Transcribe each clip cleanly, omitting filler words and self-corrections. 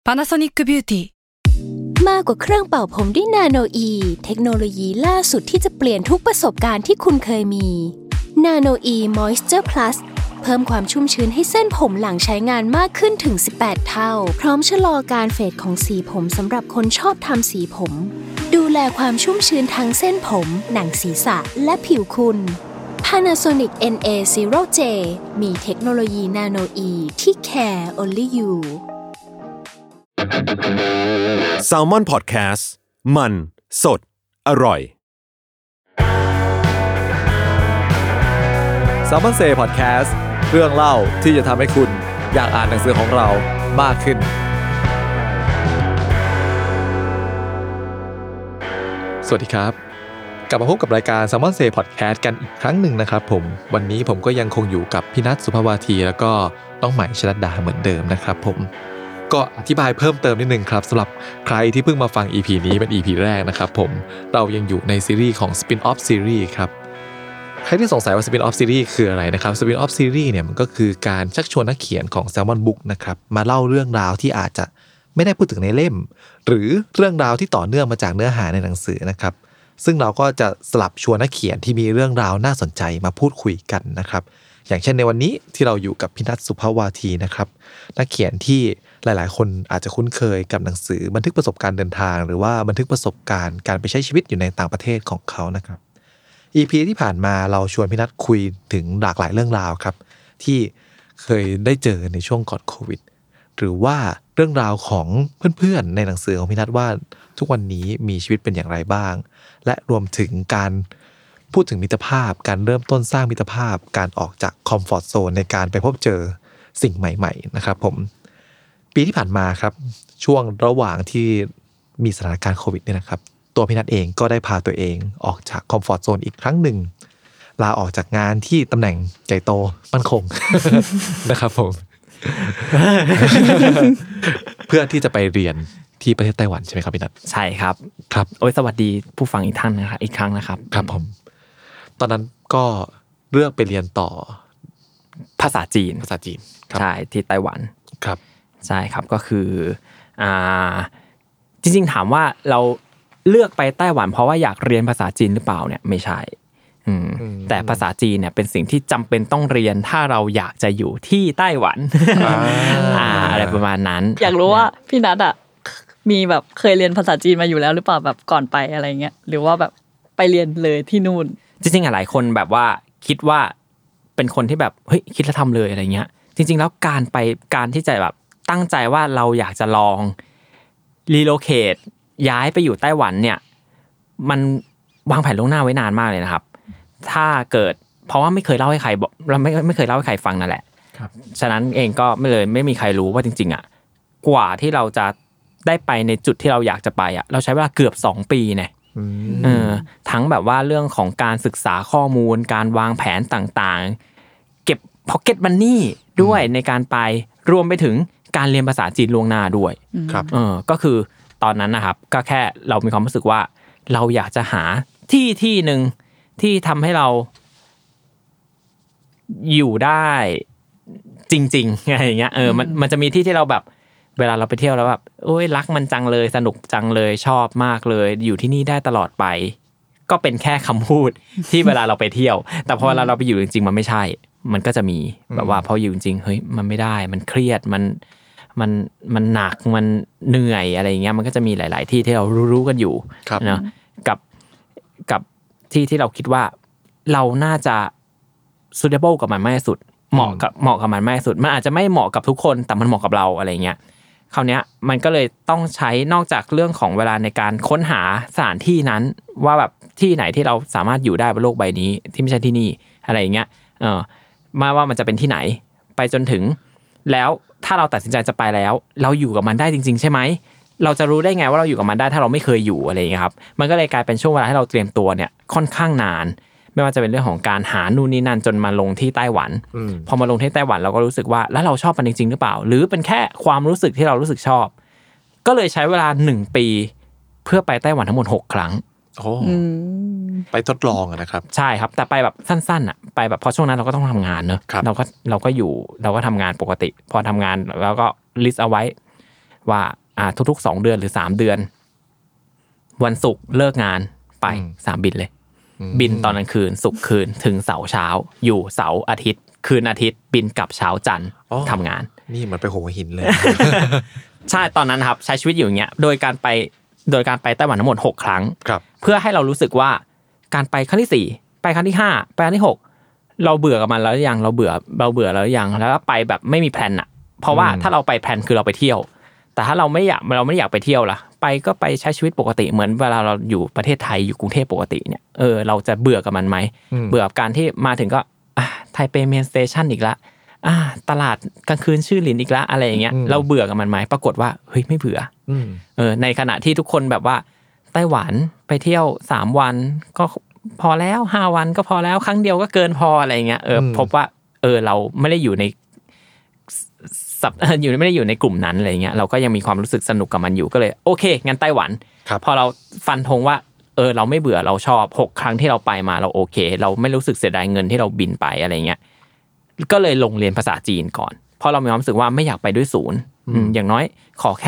Panasonic Beauty มากกว่าเครื่องเป่าผมด้วยนาโนอีเทคโนโลยีล่าสุดที่จะเปลี่ยนทุกประสบการณ์ที่คุณเคยมีนาโนอีมอยส์เจอร์พลัสเพิ่มความชุ่มชื้นให้เส้นผมหลังใช้งานมากขึ้นถึง18เท่าพร้อมชะลอการเฟดของสีผมสำหรับคนชอบทำสีผมดูแลความชุ่มชื้นทั้งเส้นผมหนังศีรษะและผิวคุณ Panasonic NA0J มีเทคโนโลยีนาโนอีที่ care only you Salmon Podcast มันสดอร่อย Salmon Say Podcast เรื่องเล่าที่จะทำให้คุณอยากอ่านหนังสือของเรามากขึ้นสวัสดีครับกลับมาพบกับรายการ Salmon Say Podcast กันอีกครั้งหนึ่งนะครับผมวันนี้ผมก็ยังคงอยู่กับพี่นัทสุภวาทีแล้วก็น้องใหม่ชลัดดาเหมือนเดิมนะครับผมก็อธิบายเพิ่มเติมนิดนึงครับสำหรับใครที่เพิ่งมาฟัง EP นี้เป็น EP แรกนะครับผมเรายังอยู่ในซีรีส์ของ Spin-off Series ครับใครที่สงสัยว่า Spin-off Series คืออะไรนะครับ Spin-off Series เนี่ยมันก็คือการชักชวนนักเขียนของ Salmon Book นะครับมาเล่าเรื่องราวที่อาจจะไม่ได้พูดถึงในเล่มหรือเรื่องราวที่ต่อเนื่องมาจากเนื้อหาในหนังสือนะครับซึ่งเราก็จะสลับชวนนักเขียนที่มีเรื่องราวน่าสนใจมาพูดคุยกันนะครับอย่างเช่นในวันนี้ที่เราอยู่กับพี่นัทสุภวาทีนะครับนักเขียนที่หลายๆคนอาจจะคุ้นเคยกับหนังสือบันทึกประสบการณ์เดินทางหรือว่าบันทึกประสบการณ์การไปใช้ชีวิตอยู่ในต่างประเทศของเขานะครับ EP ที่ผ่านมาเราชวนพี่นัทคุยถึงหลากหลายเรื่องราวครับที่เคยได้เจอในช่วงก่อนโควิดหรือว่าเรื่องราวของเพื่อนๆในหนังสือของพี่นัทว่าทุกวันนี้มีชีวิตเป็นอย่างไรบ้างและรวมถึงการพูดถึงมิตรภาพการเริ่มต้นสร้างมิตรภาพการออกจากคอมฟอร์ตโซนในการไปพบเจอสิ่งใหม่ๆนะครับผมปีที่ผ่านมาครับช่วงระหว่างที่มีสถานการณ์โควิดเนี่ยนะครับตัวพี่นัทเองก็ได้พาตัวเองออกจากคอมฟอร์ตโซนอีกครั้งหนึ่งลาออกจากงานที่ตำแหน่งใหญ่โตมั่นคง นะครับผม เพื่อที่จะไปเรียนที่ประเทศไต้หวันใช่ไหมครับพี่นัทใช่ครับครับโอ้ยสวัสดีผู้ฟังอีกท่านนะครับอีกครั้งนะครับครับผมตอนนั้นก็เลือกไปเรียนต่อภาษาจีนใช่ที่ไต้หวันครับใช่ครับก็คือจริงๆถามว่าเราเลือกไปไต้หวันเพราะว่าอยากเรียนภาษาจีนหรือเปล่าเนี่ยไม่ใช่แต่ภาษาจีนเนี่ยเป็นสิ่งที่จำเป็นต้องเรียนถ้าเราอยากจะอยู่ที่ไต้หวันอะไรประมาณนั้นอยากรู้ว่าพี่นัทอ่ะมีแบบเคยเรียนภาษาจีนมาอยู่แล้วหรือเปล่าแบบก่อนไปอะไรเงี้ยหรือว่าแบบไปเรียนเลยที่นู่นจริงๆหลายคนแบบว่าคิดว่าเป็นคนที่แบบเฮ้ยคิดแล้วทำเลยอะไรเงี้ยจริงๆแล้วการที่จะแบบตั้งใจว่าเราอยากจะลองรีโลเคทย้ายไปอยู่ไต้หวันเนี่ยมันวางแผนล่วงหน้าไว้นานมากเลยนะครับถ้าเกิดเพราะว่าไม่เคยเล่าให้ใครบอกเราไม่เคยเล่าให้ใครฟังนั่นแหละฉะนั้นเองก็ไม่มีใครรู้ว่าจริงๆอ่ะกว่าที่เราจะได้ไปในจุดที่เราอยากจะไปอ่ะเราใช้เวลาเกือบ2 ปีเนี่ยทั้งแบบว่าเรื่องของการศึกษาข้อมูลการวางแผนต่างๆเก็บ pocket money ด้วยในการไปรวมไปถึงการเรียนภาษาจีนล่วงหน้าด้วยก็คือตอนนั้นนะครับก็แค่เรามีความรู้สึกว่าเราอยากจะหาที่นึงที่ทำให้เราอยู่ได้จริงๆอะไรอย่างเงี้ยมันจะมีที่เราแบบเวลาเราไปเที่ยวแล้วแบบโอ๊ยรักมันจังเลยสนุกจังเลยชอบมากเลยอยู่ที่นี่ได้ตลอดไปก็เป็นแค่คำพูดที่เวลาเราไปเที่ยวแต่พอเวลาเราไปอยู่จริงๆมันไม่ใช่มันก็จะมีแบบว่าพออยู่จริงเฮ้ยมันไม่ได้มันเครียดมันหนักมันเหนื่อยอะไรอย่างเงี้ยมันก็จะมีหลายๆที่ที่เรารู้กันอยู่เนาะกับที่เราคิดว่าเราน่าจะ suitable กับมันมากที่สุดเหมาะกับมันมากที่สุดมันอาจจะไม่เหมาะกับทุกคนแต่มันเหมาะกับเราอะไรเงี้ยคราวเนี้ยมันก็เลยต้องใช้นอกจากเรื่องของเวลาในการค้นหาสถานที่นั้นว่าแบบที่ไหนที่เราสามารถอยู่ได้บนโลกใบนี้ที่ไม่ใช่ที่นี่อะไรอย่างเงี้ยมาว่ามันจะเป็นที่ไหนไปจนถึงแล้วถ้าเราตัดสินใจจะไปแล้วเราอยู่กับมันได้จริงๆใช่ไหมเราจะรู้ได้ไงว่าเราอยู่กับมันได้ถ้าเราไม่เคยอยู่อะไรอย่างเงี้ยครับมันก็เลยกลายเป็นช่วงเวลาให้เราเตรียมตัวเนี่ยค่อนข้างนานไม่ว่าจะเป็นเรื่องของการหานู่นนี่นั่นจนมาลงที่ไต้หวันพอมาลงที่ไต้หวันเราก็รู้สึกว่าแล้วเราชอบมันจริงๆหรือเปล่าหรือเป็นแค่ความรู้สึกที่เรารู้สึกชอบก็เลยใช้เวลา1 ปีเพื่อไปไต้หวันทั้งหมด6 ครั้งโอ้ไปทดลองนะครับใช่ครับแต่ไปแบบสั้นๆอ่ะไปแบบพอช่วงนั้นเราก็ต้องทำงานเนอะเราก็อยู่เราก็ทำงานปกติพอทำงานแล้วก็ลิสต์เอาไว้ว่าทุกๆ2เดือนหรือ3เดือนวันศุกร์เลิกงานไป3บินเลยบินตอนกลางคืนศุกร์คืนถึงเสาร์เช้าอยู่เสาร์อาทิตย์คืนอาทิตย์บินกลับเช้าจันทร์ทำงานนี่มันไปหัวหินเลยใช่ตอนนั้นครับใช้ชีวิตอยู่อย่างเงี้ยโดยการไปไต้หวันทั้งหมด6ครั้งเพื่อให้เรารู้สึกว่าการไปครั้งที่4ไปครั้งที่5ไปครั้งที่6เราเบื่อกับมันแล้วยังเราเบื่อแล้วยังแล้วก็ไปแบบไม่มีแพลนอ่ะเพราะว่าถ้าเราไปแพลนคือเราไปเที่ยวแต่ถ้าเราไม่อยากไปเที่ยวล่ะไปก็ไปใช้ชีวิตปกติเหมือนเวลาเราอยู่ประเทศไทยอยู่กรุงเทพปกติเนี่ยเราจะเบื่อกับมันไหมเบื่อกับการที่มาถึงก็ไทเปเมนสเตชันอีกละตลาดกลางคืนชื่อหลินอีกละอะไรอย่างเงี้ยเราเบื่อกับมันไหมปรากฏว่าเฮ้ยไม่เบื่อในขณะที่ทุกคนแบบว่าไต้หวันไปเที่ยว3วันก็พอแล้ว5วันก็พอแล้วครั้งเดียวก็เกินพออะไรอย่างเงี้ยพบว่าเราไม่ได้อยู่ในไม่ได้อยู่ในกลุ่มนั้นอะไรเงี้ยเราก็ยังมีความรู้สึกสนุกกับมันอยู่ก็เลยโอเคงั้นไต้หวันพอเราฟันธงว่าเราไม่เบื่อเราชอบ6ครั้งที่เราไปมาเราโอเคเราไม่รู้สึกเสียดายเงินที่เราบินไปอะไรเงี้ยก็เลยลงเรียนภาษาจีนก่อนเพราะเรามีความรู้สึกว่าไม่อยากไปด้วย0อย่างน้อยขอแค่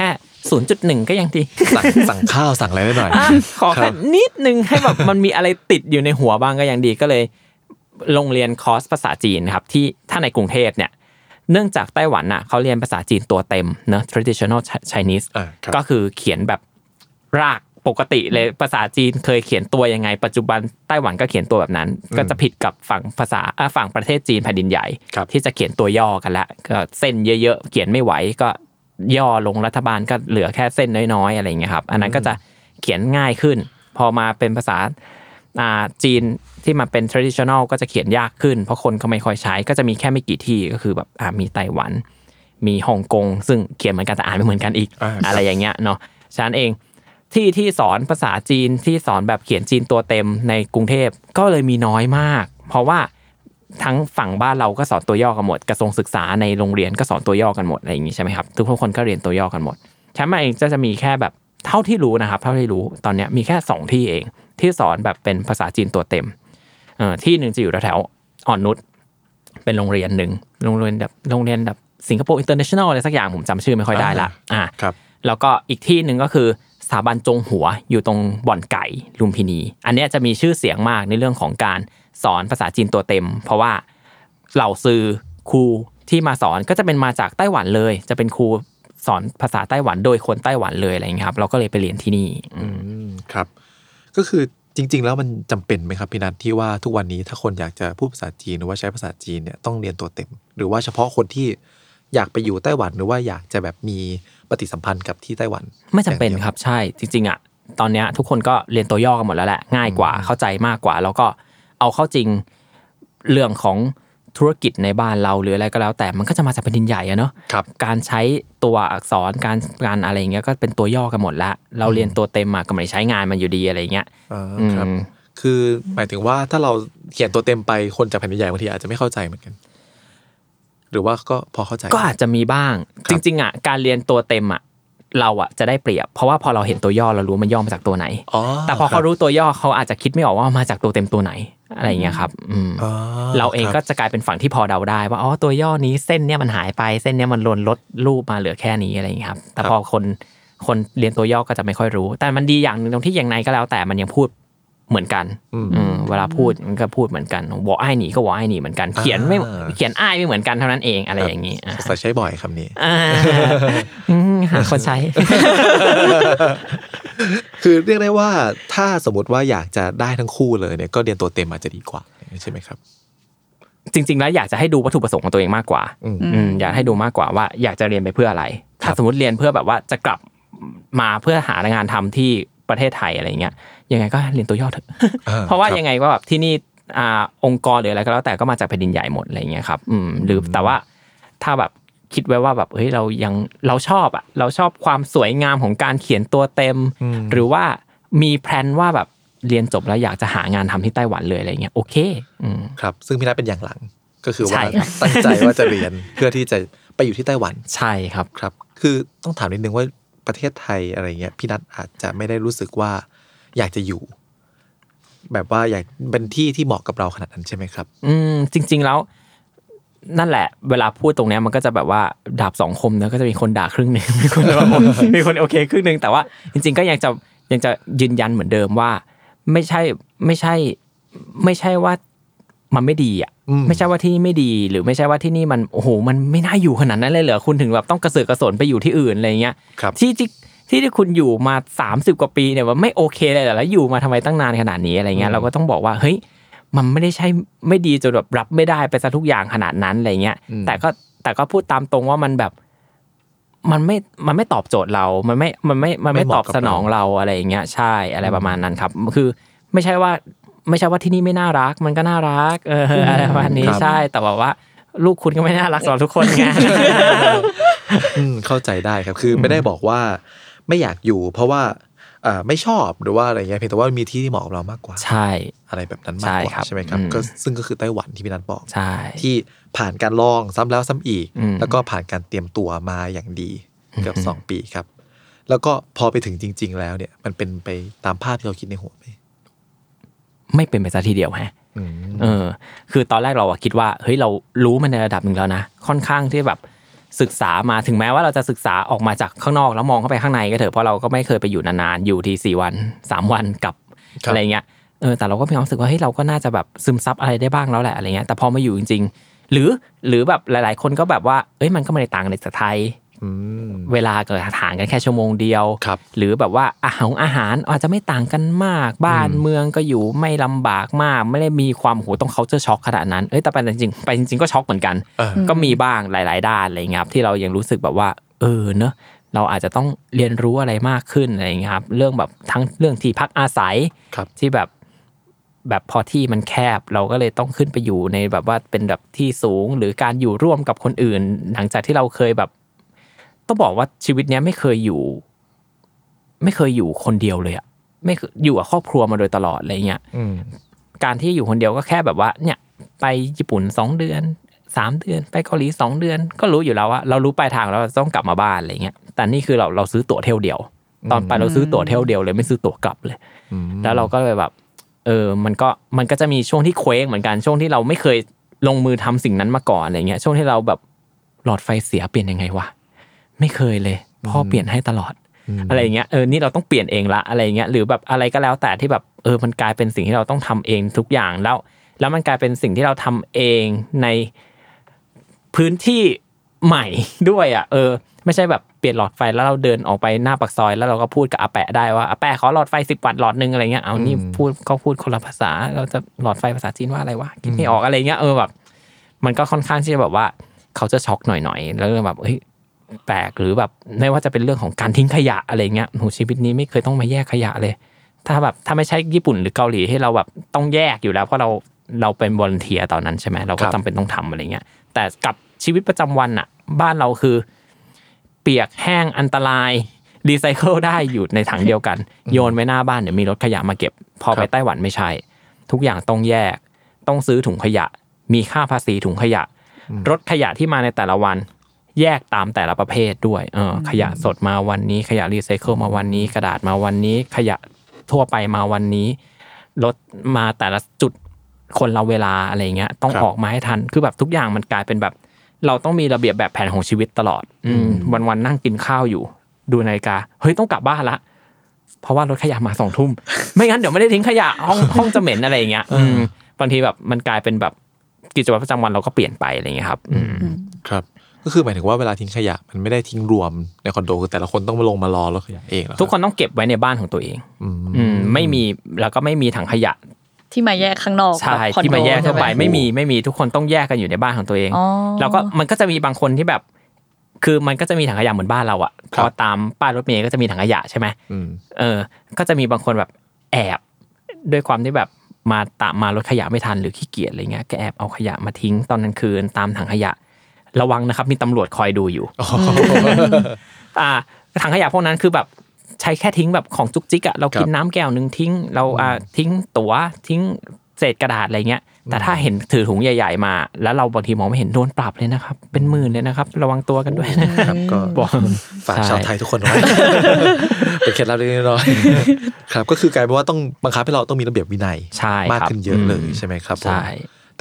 0.1 ก็ยังดีสั่งข้าวสั่งอะไรได้หน่อยขอแค่นิดนึงให้แบบมันมีอะไรติดอยู่ในหัวบ้างก็ยังดีก็เลยลงเรียนคอร์สภาษาจีนครับที่ถ้าในกรุงเทพเนี่ยเนื่องจากไต้หวันน่ะเขาเรียนภาษาจีนตัวเต็มเนอะ traditional Chinese ก็คือเขียนแบบรากปกติเลยภาษาจีนเคยเขียนตัวยังไงปัจจุบันไต้หวันก็เขียนตัวแบบนั้นก็จะผิดกับฝั่งประเทศจีนแผ่นดินใหญ่ที่จะเขียนตัวย่อกันละก็เส้นเยอะๆเขียนไม่ไหวก็ย่อลงรัฐบาลก็เหลือแค่เส้นน้อยๆอะไรอย่างเงี้ยครับอันนั้นก็จะเขียนง่ายขึ้นพอมาเป็นภาษาจีนที่มาเป็น traditional ก็จะเขียนยากขึ้นเพราะคนก็ไม่ค่อยใช้ก็จะมีแค่ไม่กี่ที่ก็คือแบบมีไต้หวันมีฮ่องกงซึ่งเขียนเหมือนกันแต่อ่านไม่เหมือนกันอีกอะไรอย่างเงี้ยเนาะฉะนั้นเองที่สอนภาษาจีนที่สอนแบบเขียนจีนตัวเต็มในกรุงเทพก็เลยมีน้อยมากเพราะว่าทั้งฝั่งบ้านเราก็สอนตัวย่อกันหมดกระทรวงศึกษาในโรงเรียนก็สอนตัวย่อกันหมดอะไรอย่างงี้ใช่ไหมครับทุกคนก็เรียนตัวย่อกันหมดฉะนั้นเองจะมีแค่แบบเท่าที่รู้นะครับเท่าที่รู้ตอนนี้มีแค่2ที่เองที่สอนแบบเป็นภาษาจีนตัวเต็มที่นึงจะอยู่แถวอ่อนนุชเป็นโรงเรียนนึงโรงเรียนแบบสิงคโปร์อินเตอร์เนชั่นแนลอะไรสักอย่างผมจำชื่อไม่ค่อยได้ละครับแล้วก็อีกที่นึงก็คือสถาบันจงหัวอยู่ตรงบ่อนไก่ลุมพินีอันนี้จะมีชื่อเสียงมากในเรื่องของการสอนภาษาจีนตัวเต็มเพราะว่าเหล่าซือครูที่มาสอนก็จะเป็นมาจากไต้หวันเลยจะเป็นครูสอนภาษาไต้หวันโดยคนไต้หวันเลยอะไรอย่างเงี้ยครับเราก็เลยไปเรียนที่นี่ครับก็คือจริงๆแล้วมันจำเป็นไหมครับพี่นัทที่ว่าทุกวันนี้ถ้าคนอยากจะพูดภาษาจีนหรือว่าใช้ภาษาจีนเนี่ยต้องเรียนตัวเต็มหรือว่าเฉพาะคนที่อยากไปอยู่ไต้หวันหรือว่าอยากจะแบบมีปฏิสัมพันธ์กับที่ไต้หวันไม่จำเป็นครับใช่จริงๆอ่ะตอนนี้ทุกคนก็เรียนตัวย่อกันหมดแล้วแหละง่ายกว่าเข้าใจมากกว่าแล้วก็เอาเข้าจริงเรื่องของธุรกิจในบ้านเราหรืออะไรก็แล้วแต่มันก็จะมาจากแผ่นดินใหญ่อะเนาะการใช้ตัวอักษรการอะไรอย่างเงี้ยก็เป็นตัวย่อกันหมดแล้วเราเรียนตัวเต็มมาก็ไม่ได้ใช้งานมันอยู่ดีอะไรเงี้ยครับคือหมายถึงว่าถ้าเราเขียนตัวเต็มไปคนจากแผ่นดินใหญ่บางทีอาจจะไม่เข้าใจเหมือนกันหรือว่าก็พอเข้าใจก็อาจจะมีบ้างจริงๆอ่ะการเรียนตัวเต็มอ่ะเราอ่ะจะได้เปรียบเพราะว่าพอเราเห็นตัวย่อเรารู้มันย่อมาจากตัวไหนแต่พอเขารู้ตัวย่อเขาอาจจะคิดไม่ออกว่ามาจากตัวเต็มตัวไหนอะไรอย่างเงี้ยครับเราเองก็จะกลายเป็นฝั่งที่พอเดาได้ว่าตัวย่อนี้เส้นเนี้ยมันหายไปเส้นเนี้ยมันลดรูปมาเหลือแค่นี้อะไรอย่างเงี้ยครับแต่พอคนเรียนตัวย่อก็จะไม่ค่อยรู้แต่มันดีอย่างนึงตรงที่อย่างไรก็แล้วแต่มันยังพูดเหมือนกันเวลาพูดมันก็พูดเหมือนกันวออ้ายหนีก็วออ้ายหนีเหมือนกันเขียนอ้ายไม่เหมือนกันเท่านั้นเองอะไรอย่างงี้ใช้บ่อยคำนี้หาคนใช้คือเรียกได้ว่าถ้าสมมติว่าอยากจะได้ทั้งคู่เลยเนี่ยก็เรียนตัวเต็มอาจจะดีกว่าใช่ไหมครับจริงๆแล้วอยากจะให้ดูวัตถุประสงค์ของตัวเองมากกว่าอยากให้ดูมากกว่าว่าอยากจะเรียนไปเพื่ออะไรถ้าสมมติเรียนเพื่อแบบว่าจะกลับมาเพื่อหางานทำที่ประเทศไทยอะไรเงี้ยยังไงก็เรียนตัวย่อเถอะเพราะว่ายังไงก็แบบที่นี่องค์กรหรืออะไรก็แล้วแต่ก็มาจากแผ่นดินใหญ่หมดอะไรเงี้ยครับหรือแต่ว่าถ้าแบบคิดไว้ว่าแบบเฮ้ยเราชอบเราชอบความสวยงามของการเขียนตัวเต็มหรือว่ามีแพลนว่าแบบเรียนจบแล้วอยากจะหางานทำที่ไต้หวันเลยอะไรเงี้ยโอเคครับซึ่งพี่นัทเป็นอย่างหลังก็คือว่าตั้งใจว่าจะเรียนเพื่อที่จะไปอยู่ที่ไต้หวันใช่ครับครับคือต้องถามนิดนึงว่าประเทศไทยอะไรเงี้ยพี่นัทอาจจะไม่ได้รู้สึกว่าอยากจะอยู่แบบว่าอยากเป็นที่เหมาะกับเราขนาดนั้นใช่ไหมครับจริงๆแล้วนั่นแหละเวลาพูดตรงเนี้ยมันก็จะแบบว่าดาบสองคมนะก็จะมีคนด่าครึ่งนึงมีคนแบบมีคนโอเคครึ่งนึงแต่ว่าจริงๆก็ยังจะยืนยันเหมือนเดิมว่าไม่ใช่ว่ามันไม่ดีอ่ะไม่ใช่ว่าที่นี่ไม่ดีหรือไม่ใช่ว่าที่นี่มันโอ้โหมันไม่น่าอยู่ขนาดนั้นเลยเหรอคุณถึงแบบต้องกระเสือกกระสนไปอยู่ที่อื่นอะไรเงี้ยที่คุณอยู่มา30กว่าปีเนี่ยว่าไม่โอเคเลยแล้วอยู่มาทำไมตั้งนานขนาดนี้อะไรเงี้ยเราก็ต้องบอกว่าเฮ้ยมันไม่ได้ใช่ไม่ดีจนแบบรับไม่ได้ไปซะทุกอย่างขนาดนั้นอะไรเงี้ยแต่ก็พูดตามตรงว่ามันแบบมันไม่ตอบโจทย์เรามันไม่ตอบสนองเราอะไรอย่างเงี้ยใช่อะไรประมาณนั้นครับคือไม่ใช่ว่าที่นี่ไม่น่ารักมันก็น่ารักอะไรประมาณนี้ใช่แต่ว่าลูกคุณก็ไม่น่ารักสำหรับทุกคนไงเข้าใจได้ครับคือไม่ได้บอกว่าไม่อยากอยู่เพราะว่าไม่ชอบหรือว่าอะไรเงี้ยเพียงแต่ว่ามีที่ที่เหมาะกับเรามากกว่าใช่อะไรแบบนั้นมากกว่าใช่ไหมครับก็ซึ่งก็คือไต้หวันที่พี่นัทบอกใช่ที่ผ่านการลองซ้ำแล้วซ้ำอีกแล้วก็ผ่านการเตรียมตัวมาอย่างดีเกือบ2 ปีครับแล้วก็พอไปถึงจริงๆแล้วเนี่ยมันเป็นไปตามภาพที่เราคิดในหัวไหมไม่เป็นไปซะทีเดียวฮะคือตอนแรกเราคิดว่าเฮ้ยเรารู้มันในระดับนึงแล้วนะค่อนข้างที่แบบศึกษามาถึงแม้ว่าเราจะศึกษาออกมาจากข้างนอกแล้วมองเข้าไปข้างในก็เถอะเพราะเราก็ไม่เคยไปอยู่นานๆอยู่ที่4 วัน3 วันกับอะไรเงี้ยแต่เราก็มีความรู้สึกว่าเฮ้ยเราก็น่าจะแบบซึมซับอะไรได้บ้างแล้วแหละอะไรเงี้ยแต่พอมาอยู่จริงๆหรือแบบหลายๆคนก็แบบว่าเอ้ยมันก็ไม่ได้ต่างจากไทยเวลาเกิดห่างกันแค่ชั่วโมงเดียวหรือแบบว่าอาหารอาจจะไม่ต่างกันมากบ้านเมืองก็อยู่ไม่ลำบากมากไม่ได้มีความโหต้องculture shockขนาดนั้นแต่ไปจริงก็ช็อกเหมือนกันก็มีบ้างหลายๆด้านอะไรเงี้ยครับที่เรายังรู้สึกแบบว่าเนอะเราอาจจะต้องเรียนรู้อะไรมากขึ้นอะไรเงี้ยครับเรื่องแบบทั้งเรื่องที่พักอาศัยที่แบบพอที่มันแคบเราก็เลยต้องขึ้นไปอยู่ในแบบว่าเป็นแบบที่สูงหรือการอยู่ร่วมกับคนอื่นหลังจากที่เราเคยแบบต้องบอกว่าชีวิตเนี้ยไม่เคยอยู่คนเดียวเลยอ่ะไม่อยู่กับครอบครัวมาโดยตลอดอะไรเงี้ยการที่อยู่คนเดียวก็แค่แบบว่าเนี่ยไปญี่ปุ่น2 เดือน3 เดือนไปเกาหลี2 เดือนก็รู้อยู่แล้วว่าเรารู้ปลายทางแล้วต้องกลับมาบ้านอะไรเงี้ยแต่นี่คือเราซื้อตั๋วเที่ยวเดียวตอนไปเราซื้อตั๋วเที่ยวเดียวเลยไม่ซื้อตั๋วกลับเลยแล้วเราก็เลยแบบมันก็จะมีช่วงที่เคว้งเหมือนกันช่วงที่เราไม่เคยลงมือทำสิ่งนั้นมาก่อนอะไรเงี้ยช่วงที่เราแบบหลอดไฟเสียเปลี่ยนยังไงวะไม่เคยเลยพ่อเปลี่ยนให้ตลอดอะไรอย่างเงี้ยนี่เราต้องเปลี่ยนเองละอะไรอย่างเงี้ยหรือแบบอะไรก็แล้วแต่ที่แบบมันกลายเป็นสิ่งที่เราต้องทำเองทุกอย่างแล้วมันกลายเป็นสิ่งที่เราทำเองในพื้นที่ใหม่ด้วยอ่ะไม่ใช่แบบเปลี่ยนหลอดไฟแล้วเราเดินออกไปหน้าปากซอยแล้วเราก็พูดกับอาแปะได้ว่าอาแปะขอหลอดไฟ10 วัตต์หลอดนึงอะไรเงี้ยเอานี่พูดคนละภาษาเราจะหลอดไฟภาษาจีนว่าอะไรวะคิดไม่ออกอะไรเงี้ยแบบมันก็ค่อนข้างที่จะแบบว่าเขาจะช็อกหน่อยๆแล้วแบบเฮ้ยแปลกหรือแบบไม่ว่าจะเป็นเรื่องของการทิ้งขยะอะไรเงี้ยโหชีวิตนี้ไม่เคยต้องมาแยกขยะเลยถ้าไม่ใช่ญี่ปุ่นหรือเกาหลีให้เราแบบต้องแยกอยู่แล้วเพราะเราเป็นวอลันเทียร์ตอนนั้นใช่ไหมเราก็จำเป็นต้องทำอะไรเงี้ยแต่กับชีวิตประจำวันอ่ะบ้านเราคือเปียกแห้งอันตรายรีไซเคิลได้อยู่ในถังเดียวกันโยนไว้หน้าบ้านเดี๋ยวมีรถขยะมาเก็บพอไปไต้หวันไม่ใช่ทุกอย่างต้องแยกต้องซื้อถุงขยะมีค่าภาษีถุงขยะรถขยะที่มาในแต่ละวันแยกตามแต่ละประเภทด้วยขยะสดมาวันนี้ขยะรีไซเคิลมาวันนี้กระดาษมาวันนี้ขยะทั่วไปมาวันนี้รถมาแต่ละจุดคนละเวลาอะไรเงี้ยต้องออกมาให้ทันคือแบบทุกอย่างมันกลายเป็นแบบเราต้องมีระเบียบแบบแผนของชีวิตตลอดวันๆนั่งกินข้าวอยู่ดูนาฬิกาเฮ้ยต้องกลับบ้านละเพราะว่ารถขยะมา20 ทุ่มไม่งั้นเดี๋ยวไม่ได้ทิ้งขยะห้องจะเหม็นอะไรเงี้ยบางทีแบบมันกลายเป็นแบบกิจวัตรประจำวันเราก็เปลี่ยนไปอะไรเงี้ยครับครับก็คือหมายถึงว่าเวลาทิ้งขยะมันไม่ได้ทิ้งรวมในคอนโดคือแต่ละคนต้องมาลงมารอรถขยะเองทุกคนต้องเก็บไว้ในบ้านของตัวเองไม่มีแล้วก็ไม่มีถังขยะที่มาแยกข้างนอกใช่ที่มาแยกเข้าไปไม่มีทุกคนต้องแยกกันอยู่ในบ้านของตัวเองแล้วก็มันก็จะมีบางคนที่แบบคือมันก็จะมีถังขยะเหมือนบ้านเราอ่ะพอตามป้ายรถเมล์ก็จะมีถังขยะใช่ไหมก็จะมีบางคนแบบแอบด้วยความที่แบบมารถขยะไม่ทันหรือขี้เกียจอะไรเงี้ยก็แอบเอาขยะมาทิ้งตอนกลางคืนตามถังขยะระวังนะครับมีตำรวจคอยดูอยู่ถังขยะพวกนั้นคือแบบใช้แค่ทิ้งแบบของจุกจิกอะเรากินน้ำแก้วนึงทิ้งเราทิ้งตั๋วทิ้งเศษกระดาษอะไรเงี้ยแต่ถ้าเห็นถือถุงใหญ่ๆมาแล้วเราบางทีมองไม่เห็นโดนปรับเลยนะครับเป็นหมื่นเลยนะครับระวังตัวกันด้วยนะครับก็ฝากชาวไทยทุกคนไว้เป็นเคล็ดลับเล็กน้อยครับก็คือกลายเป็นว่าต้องบังคับให้เราต้องมีระเบียบวินัยมากขึ้นเยอะเลยใช่ไหมครับใช่แต่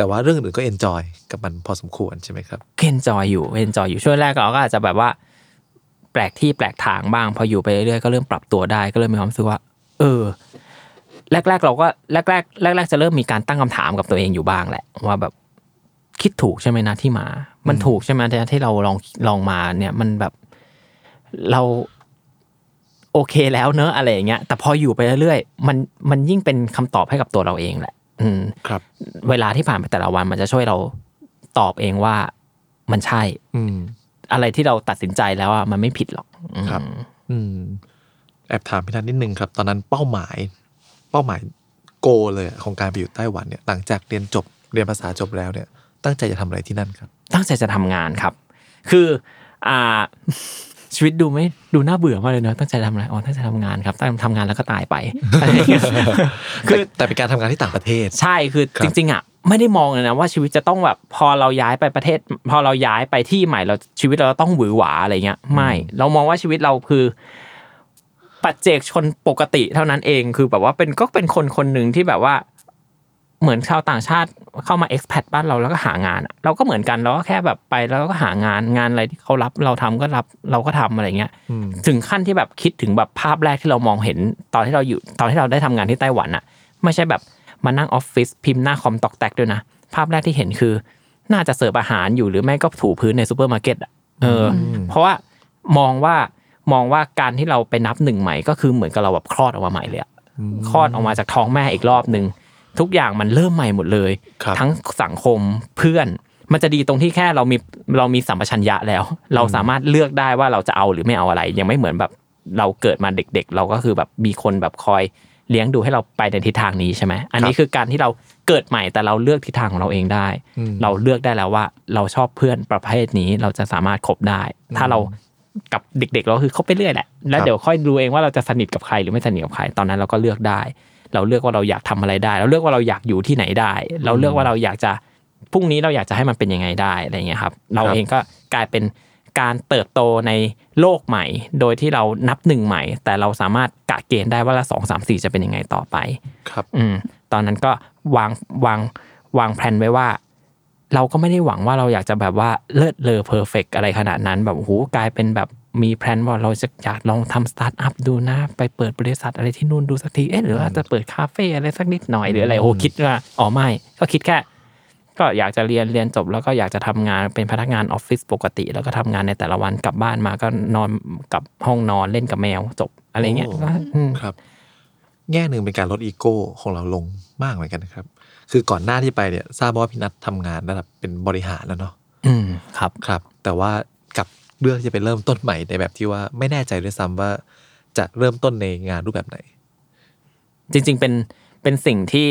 แต่ว่าเรื่องอื่นก็เอนจอยกับมันพอสมควรใช่ไหมครับเอนจอยอยู่ช่วงแรกเราก็อาจจะแบบว่าแปลกที่แปลกทางบ้างพออยู่ไปเรื่อยๆก็เริ่มปรับตัวได้ก็เริ่มมีความรู้สึกว่าแรกๆเราก็แรกจะเริ่มมีการตั้งคำถามกับตัวเองอยู่บ้างแหละว่าแบบคิดถูกใช่ไหมนะที่มามันถูกใช่ไหมที่เราลองมาเนี่ยมันแบบเราโอเคแล้วเนอะอะไรอย่างเงี้ยแต่พออยู่ไปเรื่อยๆมันยิ่งเป็นคำตอบให้กับตัวเราเองแหละครับเวลาที่ผ่านไปแต่ละวันมันจะช่วยเราตอบเองว่ามันใช่อะไรที่เราตัดสินใจแล้วอ่ะมันไม่ผิดหรอกครับแอบถามพี่นัทนิดนึงครับตอนนั้นเป้าหมายโกเลยของการไปอยู่ไต้หวันเนี่ยหลังจากเรียนภาษาจบแล้วเนี่ยตั้งใจจะทำอะไรที่นั่นครับตั้งใจจะทำงานครับคือชีวิตดูน่าเบื่อมากเลยเนอะตั้งใจทำอะไรตั้งใจทำงานครับตั้งทำงานแล้วก็ตายไปคือแต่เป็นการทำงานที่ต่างประเทศใช่คือจริงๆอ่ะไม่ได้มองเลยนะว่าชีวิตจะต้องแบบพอเราย้ายไปประเทศพอเราย้ายไปที่ใหม่เราชีวิตเราต้องหวือหวาอะไรเงี้ยไม่เรามองว่าชีวิตเราคือปัจเจกชนปกติเท่านั้นเองคือแบบว่าเป็นคนนึงที่แบบว่าเหมือนชาวต่างชาติเข้ามา expat บ้านเราแล้วก็หางานเราก็เหมือนกันเราก็แค่แบบไปแล้วก็หางานอะไรที่เขารับเราทำก็รับเราก็ทำอะไรเงี้ยถึงขั้นที่แบบคิดถึงแบบภาพแรกที่เรามองเห็นตอนที่เราได้ทำงานที่ไต้หวันอ่ะไม่ใช่แบบมานั่งออฟฟิศพิมพ์หน้าคอมตอกแตกด้วยนะภาพแรกที่เห็นคือน่าจะเสิร์ฟอาหารอยู่หรือไม่ก็ถูพื้นในซูเปอร์มาร์เก็ตอ่ะเพราะว่ามองว่าการที่เราไปนับหนึ่งใหม่ก็คือเหมือนกับเราแบบคลอดออกมาใหม่เลยคลอดออกมาจากท้องแม่อีกรอบนึงทุกอย่างมันเริ่มใหม่หมดเลยทั้งสังคมเพื่อนมันจะดีตรงที่แค่เรามีสัมปชัญญะแล้วเราสามารถเลือกได้ว่าเราจะเอาหรือไม่เอาอะไรยังไม่เหมือนแบบเราเกิดมาเด็กๆเราก็คือแบบมีคนแบบคอยเลี้ยงดูให้เราไปในทิศทางนี้ใช่ไหมอันนี้คือการที่เราเกิดใหม่แต่เราเลือกทิศทางของเราเองได้เราเลือกได้แล้วว่าเราชอบเพื่อนประเภทนี้เราจะสามารถคบได้ถ้าเรากับเด็กๆเราคือคบไปเรื่อยแหละแล้วเดี๋ยวค่อยดูเองว่าเราจะสนิทกับใครหรือไม่สนิทกับใครตอนนั้นเราก็เลือกได้เราเลือกว่าเราอยากทำอะไรได้เราเลือกว่าเราอยากอยู่ที่ไหนได้เราเลือกว่าเราอยากจะพรุ่งนี้เราอยากจะให้มันเป็นยังไงได้อะไรเงี้ยครับเราเองก็กลายเป็นการเติบโตในโลกใหม่โดยที่เรานับหนึ่งใหม่แต่เราสามารถกะเกณฑ์ได้ว่าละ2 3 4จะเป็นยังไงต่อไปครับตอนนั้นก็วางแผนไว้ว่าเราก็ไม่ได้หวังว่าเราอยากจะแบบว่าเลิศเลอเพอร์เฟคอะไรขนาดนั้นแบบโอ้โหกลายเป็นแบบมีแพลนว่าเราจะอยากลองทำสตาร์ทอัพดูนะไปเปิดบริษัทอะไรที่นู่นดูสักทีหรือว่าจะเปิดคาเฟ่อะไรสักนิดหน่อยหรืออะไรโอ้คิดว่าไม่ก็คิดแค่ก็อยากจะเรียนจบแล้วก็อยากจะทำงานเป็นพนักงานออฟฟิศปกติแล้วก็ทำงานในแต่ละวันกลับบ้านมาก็นอนกับห้องนอนเล่นกับแมวจบอะไรเงี้ยครับแง่นึงเป็นการลดอีโก้ของเราลงมากเหมือนกันนะครับคือก่อนหน้าที่ไปเนี่ยทราบว่าพี่นัททำงานระดับเป็นบริหารแล้วเนาะครับแต่ว่ากับเรื่องจะไปเริ่มต้นใหม่ในแบบที่ว่าไม่แน่ใจด้วยซ้ำว่าจะเริ่มต้นในงานรูปแบบไหนจริงๆเป็นสิ่งที่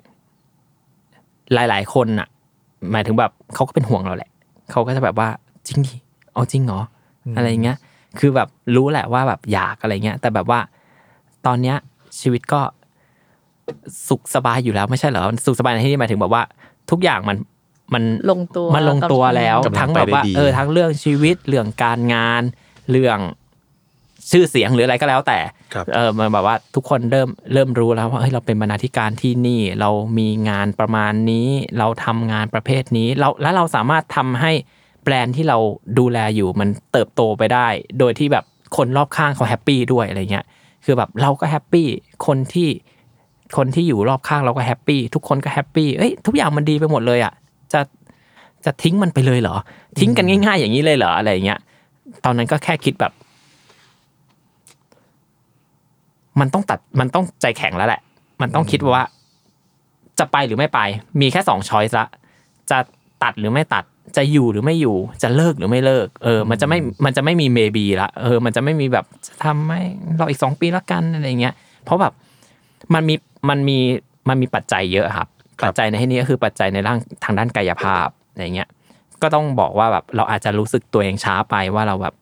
หลายๆคนน่ะหมายถึงแบบเขาก็เป็นห่วงเราแหละเขาก็จะแบบว่าจริงดิเอาจริงเหรออะไรเงี้ยคือแบบรู้แหละว่าแบบอยากอะไรเงี้ยแต่แบบว่าตอนเนี้ยชีวิตก็สุขสบายอยู่แล้วไม่ใช่เหรอสุขสบายในที่นี้หมายถึงแบบว่าทุกอย่างมันลงตัวแล้วทั้งแบบว่าทั้งเรื่องชีวิตเรื่องการงานเรื่องชื่อเสียงหรืออะไรก็แล้วแต่มันแบบว่าทุกคนเริ่มรู้แล้วว่าเฮ้ยเราเป็นบรรณาธิการที่นี่เรามีงานประมาณนี้เราทำงานประเภทนี้แล้วเราสามารถทำให้แบรนด์ที่เราดูแลอยู่มันเติบโตไปได้โดยที่แบบคนรอบข้างเขาแฮปปี้ด้วยอะไรเงี้ยคือแบบเราก็แฮปปี้คนที่อยู่รอบข้างเราก็แฮปปี้ทุกคนก็แฮปปี้เอ้ยทุกอย่างมันดีไปหมดเลยอ่ะจะทิ้งมันไปเลยเหรอทิ้งกันง่ายๆอย่างนี้เลยเหรออะไรเงี้ยตอนนั้นก็แค่คิดแบบมันต้องใจแข็งแล้วแหละมันต้องคิดว่าจะไปหรือไม่ไปมีแค่2 ช้อยส์ละจะตัดหรือไม่ตัดจะอยู่หรือไม่อยู่จะเลิกหรือไม่เลิกมันจะไม่มี maybe ละมันจะไม่มีแบบจะทำไม่รออีก2 ปีละกันอะไรเงี้ยเพราะแบบมันมีปัจจัยเยอะครับปัจจัยในที่นี้ก็คือปัจจัยในทางด้านกายภาพอะไรเงี้ยก็ต้องบอกว่าแบบเราอาจจะรู้สึกตัวเองช้าไปว่าเราแบบ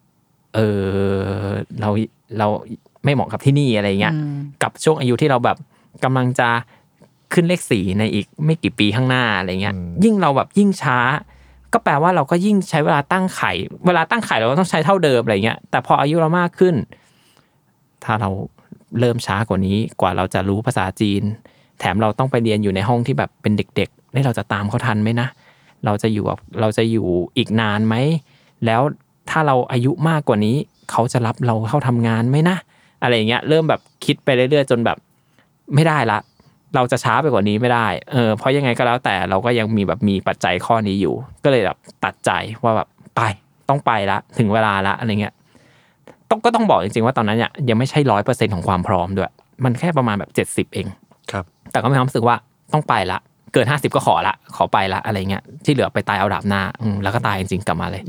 เราไม่เหมาะกับที่นี่อะไรเงี้ยกับช่วงอายุที่เราแบบกำลังจะขึ้นเลข4ในอีกไม่กี่ปีข้างหน้าอะไรเงี้ยยิ่งเราแบบยิ่งช้าก็แปลว่าเราก็ยิ่งใช้เวลาตั้งไข่เราก็ต้องใช้เท่าเดิมอะไรเงี้ยแต่พออายุเรามากขึ้นถ้าเราเริ่มช้ากว่านี้กว่าเราจะรู้ภาษาจีนแถมเราต้องไปเรียนอยู่ในห้องที่แบบเป็นเด็กๆนี่เราจะตามเขาทันไหมนะเราจะอยู่อีกนานไหมแล้วถ้าเราอายุมากกว่านี้เขาจะรับเราเข้าทำงานไหมนะอะไรอย่างเงี้ยเริ่มแบบคิดไปเรื่อยๆจนแบบไม่ได้ละเราจะช้าไปกว่านี้ไม่ได้เพราะยังไงก็แล้วแต่เราก็ยังมีปัจจัยข้อนี้อยู่ก็เลยแบบตัดใจว่าแบบต้องไปละถึงเวลาละอะไรเงี้ยก็ต้องบอกจริงๆว่าตอนนั้นเนี่ยยังไม่ใช่ 100% ของความพร้อมด้วยมันแค่ประมาณแบบ70เองครับแต่ก็มีความรู้สึกว่าต้องไปละเกิน50ก็ขอไปละอะไรเงี้ยที่เหลือไปตายเอาดาบหน้าแล้วก็ตายจริงๆกลับมาเลย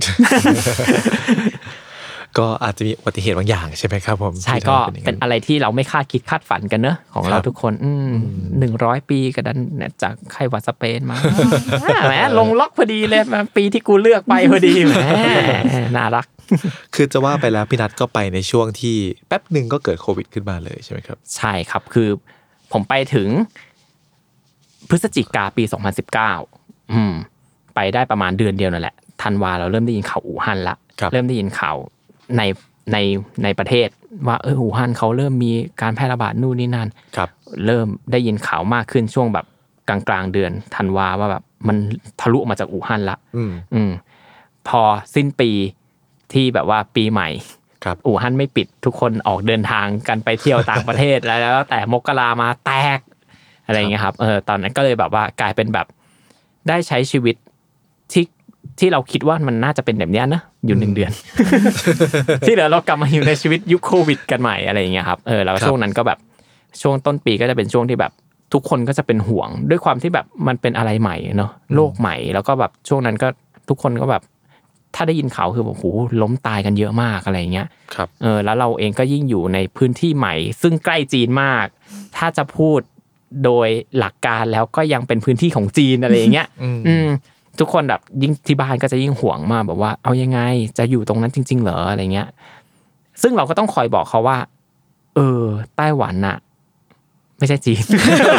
ก็อาจจะมีอุบัติเหตุบางอย่างใช่ไหมครับผมใช่ก็เป็นอะไรที่เราไม่คาดคิดคาดฝันกันเนอะของเราทุกคน100 ปีก็ดันจากไข้หวัดสเปนมาแหมลงล็อกพอดีเลยมาปีที่กูเลือกไปพอดีแหมน่ารักคือจะว่าไปแล้วพี่นัทก็ไปในช่วงที่แป๊บนึงก็เกิดโควิดขึ้นมาเลยใช่ไหมครับใช่ครับคือผมไปถึงพฤศจิกาปี2019ไปได้ประมาณเดือนเดียวนั่นแหละธันวาเราเริ่มได้ยินข่าวอู่ฮั่นละเริ่มได้ยินข่าวในประเทศว่าอู่ฮั่นเขาเริ่มมีการแพร่ระบาดนู่นนี่นั่นเริ่มได้ยินข่าวมากขึ้นช่วงแบบกลางๆเดือนธันวาว่าแบบมันทะลุมาจากอู่ฮั่นละพอสิ้นปีที่แบบว่าปีใหม่อู่ฮั่นไม่ปิดทุกคนออกเดินทางกันไปเที่ยวต่างประเทศแล้วแต่มกรามาแตกอะไรอย่างเงี้ยครับตอนนั้นก็เลยแบบว่ากลายเป็นแบบได้ใช้ชีวิตที่เราคิดว่ามันน่าจะเป็นแบบนี้นะอยู่1 เดือน ที่เหลือเรากลับมาอยู่ในชีวิตยุคโควิดกันใหม่อะไรอย่างเงี้ยครับแล้วช่วงนั้นก็แบบช่วงต้นปีก็จะเป็นช่วงที่แบบทุกคนก็จะเป็นห่วงด้วยความที่แบบมันเป็นอะไรใหม่เนาะโลกใหม่แล้วก็แบบช่วงนั้นก็ทุกคนก็แบบถ้าได้ยินข่าวคือแบบโหล้มตายกันเยอะมากอะไรอย่างเงี้ยแล้วเราเองก็ยิ่งอยู่ในพื้นที่ใหม่ซึ่งใกล้จีนมากถ้าจะพูดโดยหลักการแล้วก็ยังเป็นพื้นที่ของจีนอะไรอย่างเงี้ยทุกคนแบบยิ่งที่บ้านก็จะยิ่งห่วงมากแบบว่าเอายังไงจะอยู่ตรงนั้นจริงๆเหรออะไรเงี้ยซึ่งเราก็ต้องคอยบอกเขาว่าไต้หวันน่ะไม่ใช่จีน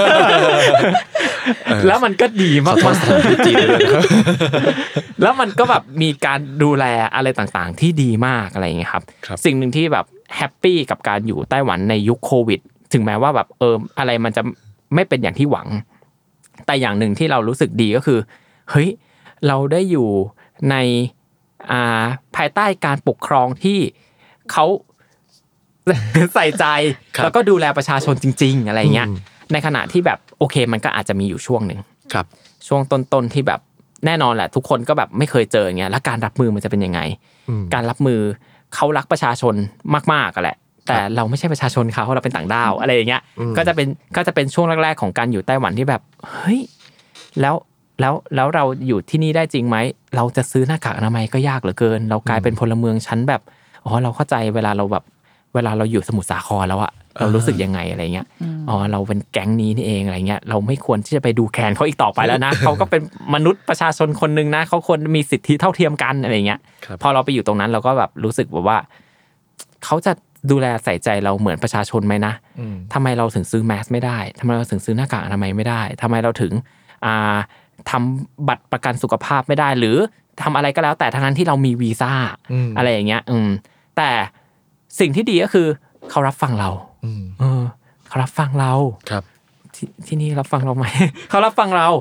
แล้วมันก็ดีมากๆจีนเลยแล้วมันก็แบบมีการดูแลอะไรต่างๆที่ดีมากอะไรอย่างเงี้ยครับสิ่งนึงที่แบบแฮปปี้กับการอยู่ไต้หวันในยุคโควิดถึงแม้ว่าแบบอะไรมันจะไม่เป็นอย่างที่หวังแต่อย่างนึงที่เรารู้สึกดีก็คือเฮ้ยเราได้อยู่ในภายใต้การปกครองที่เขาใส่ใจแล้วก็ดูแลประชาชนจริงๆอะไรเงี้ยในขณะที่แบบโอเคมันก็อาจจะมีอยู่ช่วงนึงช่วงต้นๆที่แบบแน่นอนแหละทุกคนก็แบบไม่เคยเจออย่างเงี้ยแล้วการรับมือมันจะเป็นยังไงการรับมือเขารักประชาชนมากๆกันแหละแต่เราไม่ใช่ประชาชนเขาเราเป็นต่างด้าวอะไรอย่างเงี้ยก็จะเป็นช่วงแรกๆของการอยู่ไต้หวันที่แบบเฮ้ยแล้วเราอยู่ที่นี่ได้จริงไหมเราจะซื้อหน้ากากอนามัยก็ยากเหลือเกินเรากลายเป็นพลเมืองชั้นแบบเราเข้าใจเวลาเราอยู่สมุทรสาครแล้วอะเรารู้สึกยังไงอะไรเงี้ยเราเป็นแก๊งนี้นี่เองอะไรเงี้ยเราไม่ควรที่จะไปดูแคลนเขาอีกต่อไปแล้วนะ เขาก็เป็นมนุษย์ประชาชนคนนึงนะเขาควรมีสิทธิเท่าเทียมกันอะไรเงี้ยพอเราไปอยู่ตรงนั้นเราก็แบบรู้สึกแบบว่าเขาจะดูแลใส่ใจเราเหมือนประชาชนไหมนะทำไมเราถึงซื้อแมสไม่ได้ทำไมเราถึงซื้อหน้ากากอนามัยไม่ได้ทำไมเราถึงทำบัตรประกันสุขภาพไม่ได้หรือทำอะไรก็แล้วแต่ทั้งนั้นที่เรามีวีซ่าอะไรอย่างเงี้ยแต่สิ่งที่ดีก็คือเขารับฟังเราเขารับฟังเราครับที่นี่รับฟังเราไหม เขารับฟังเรา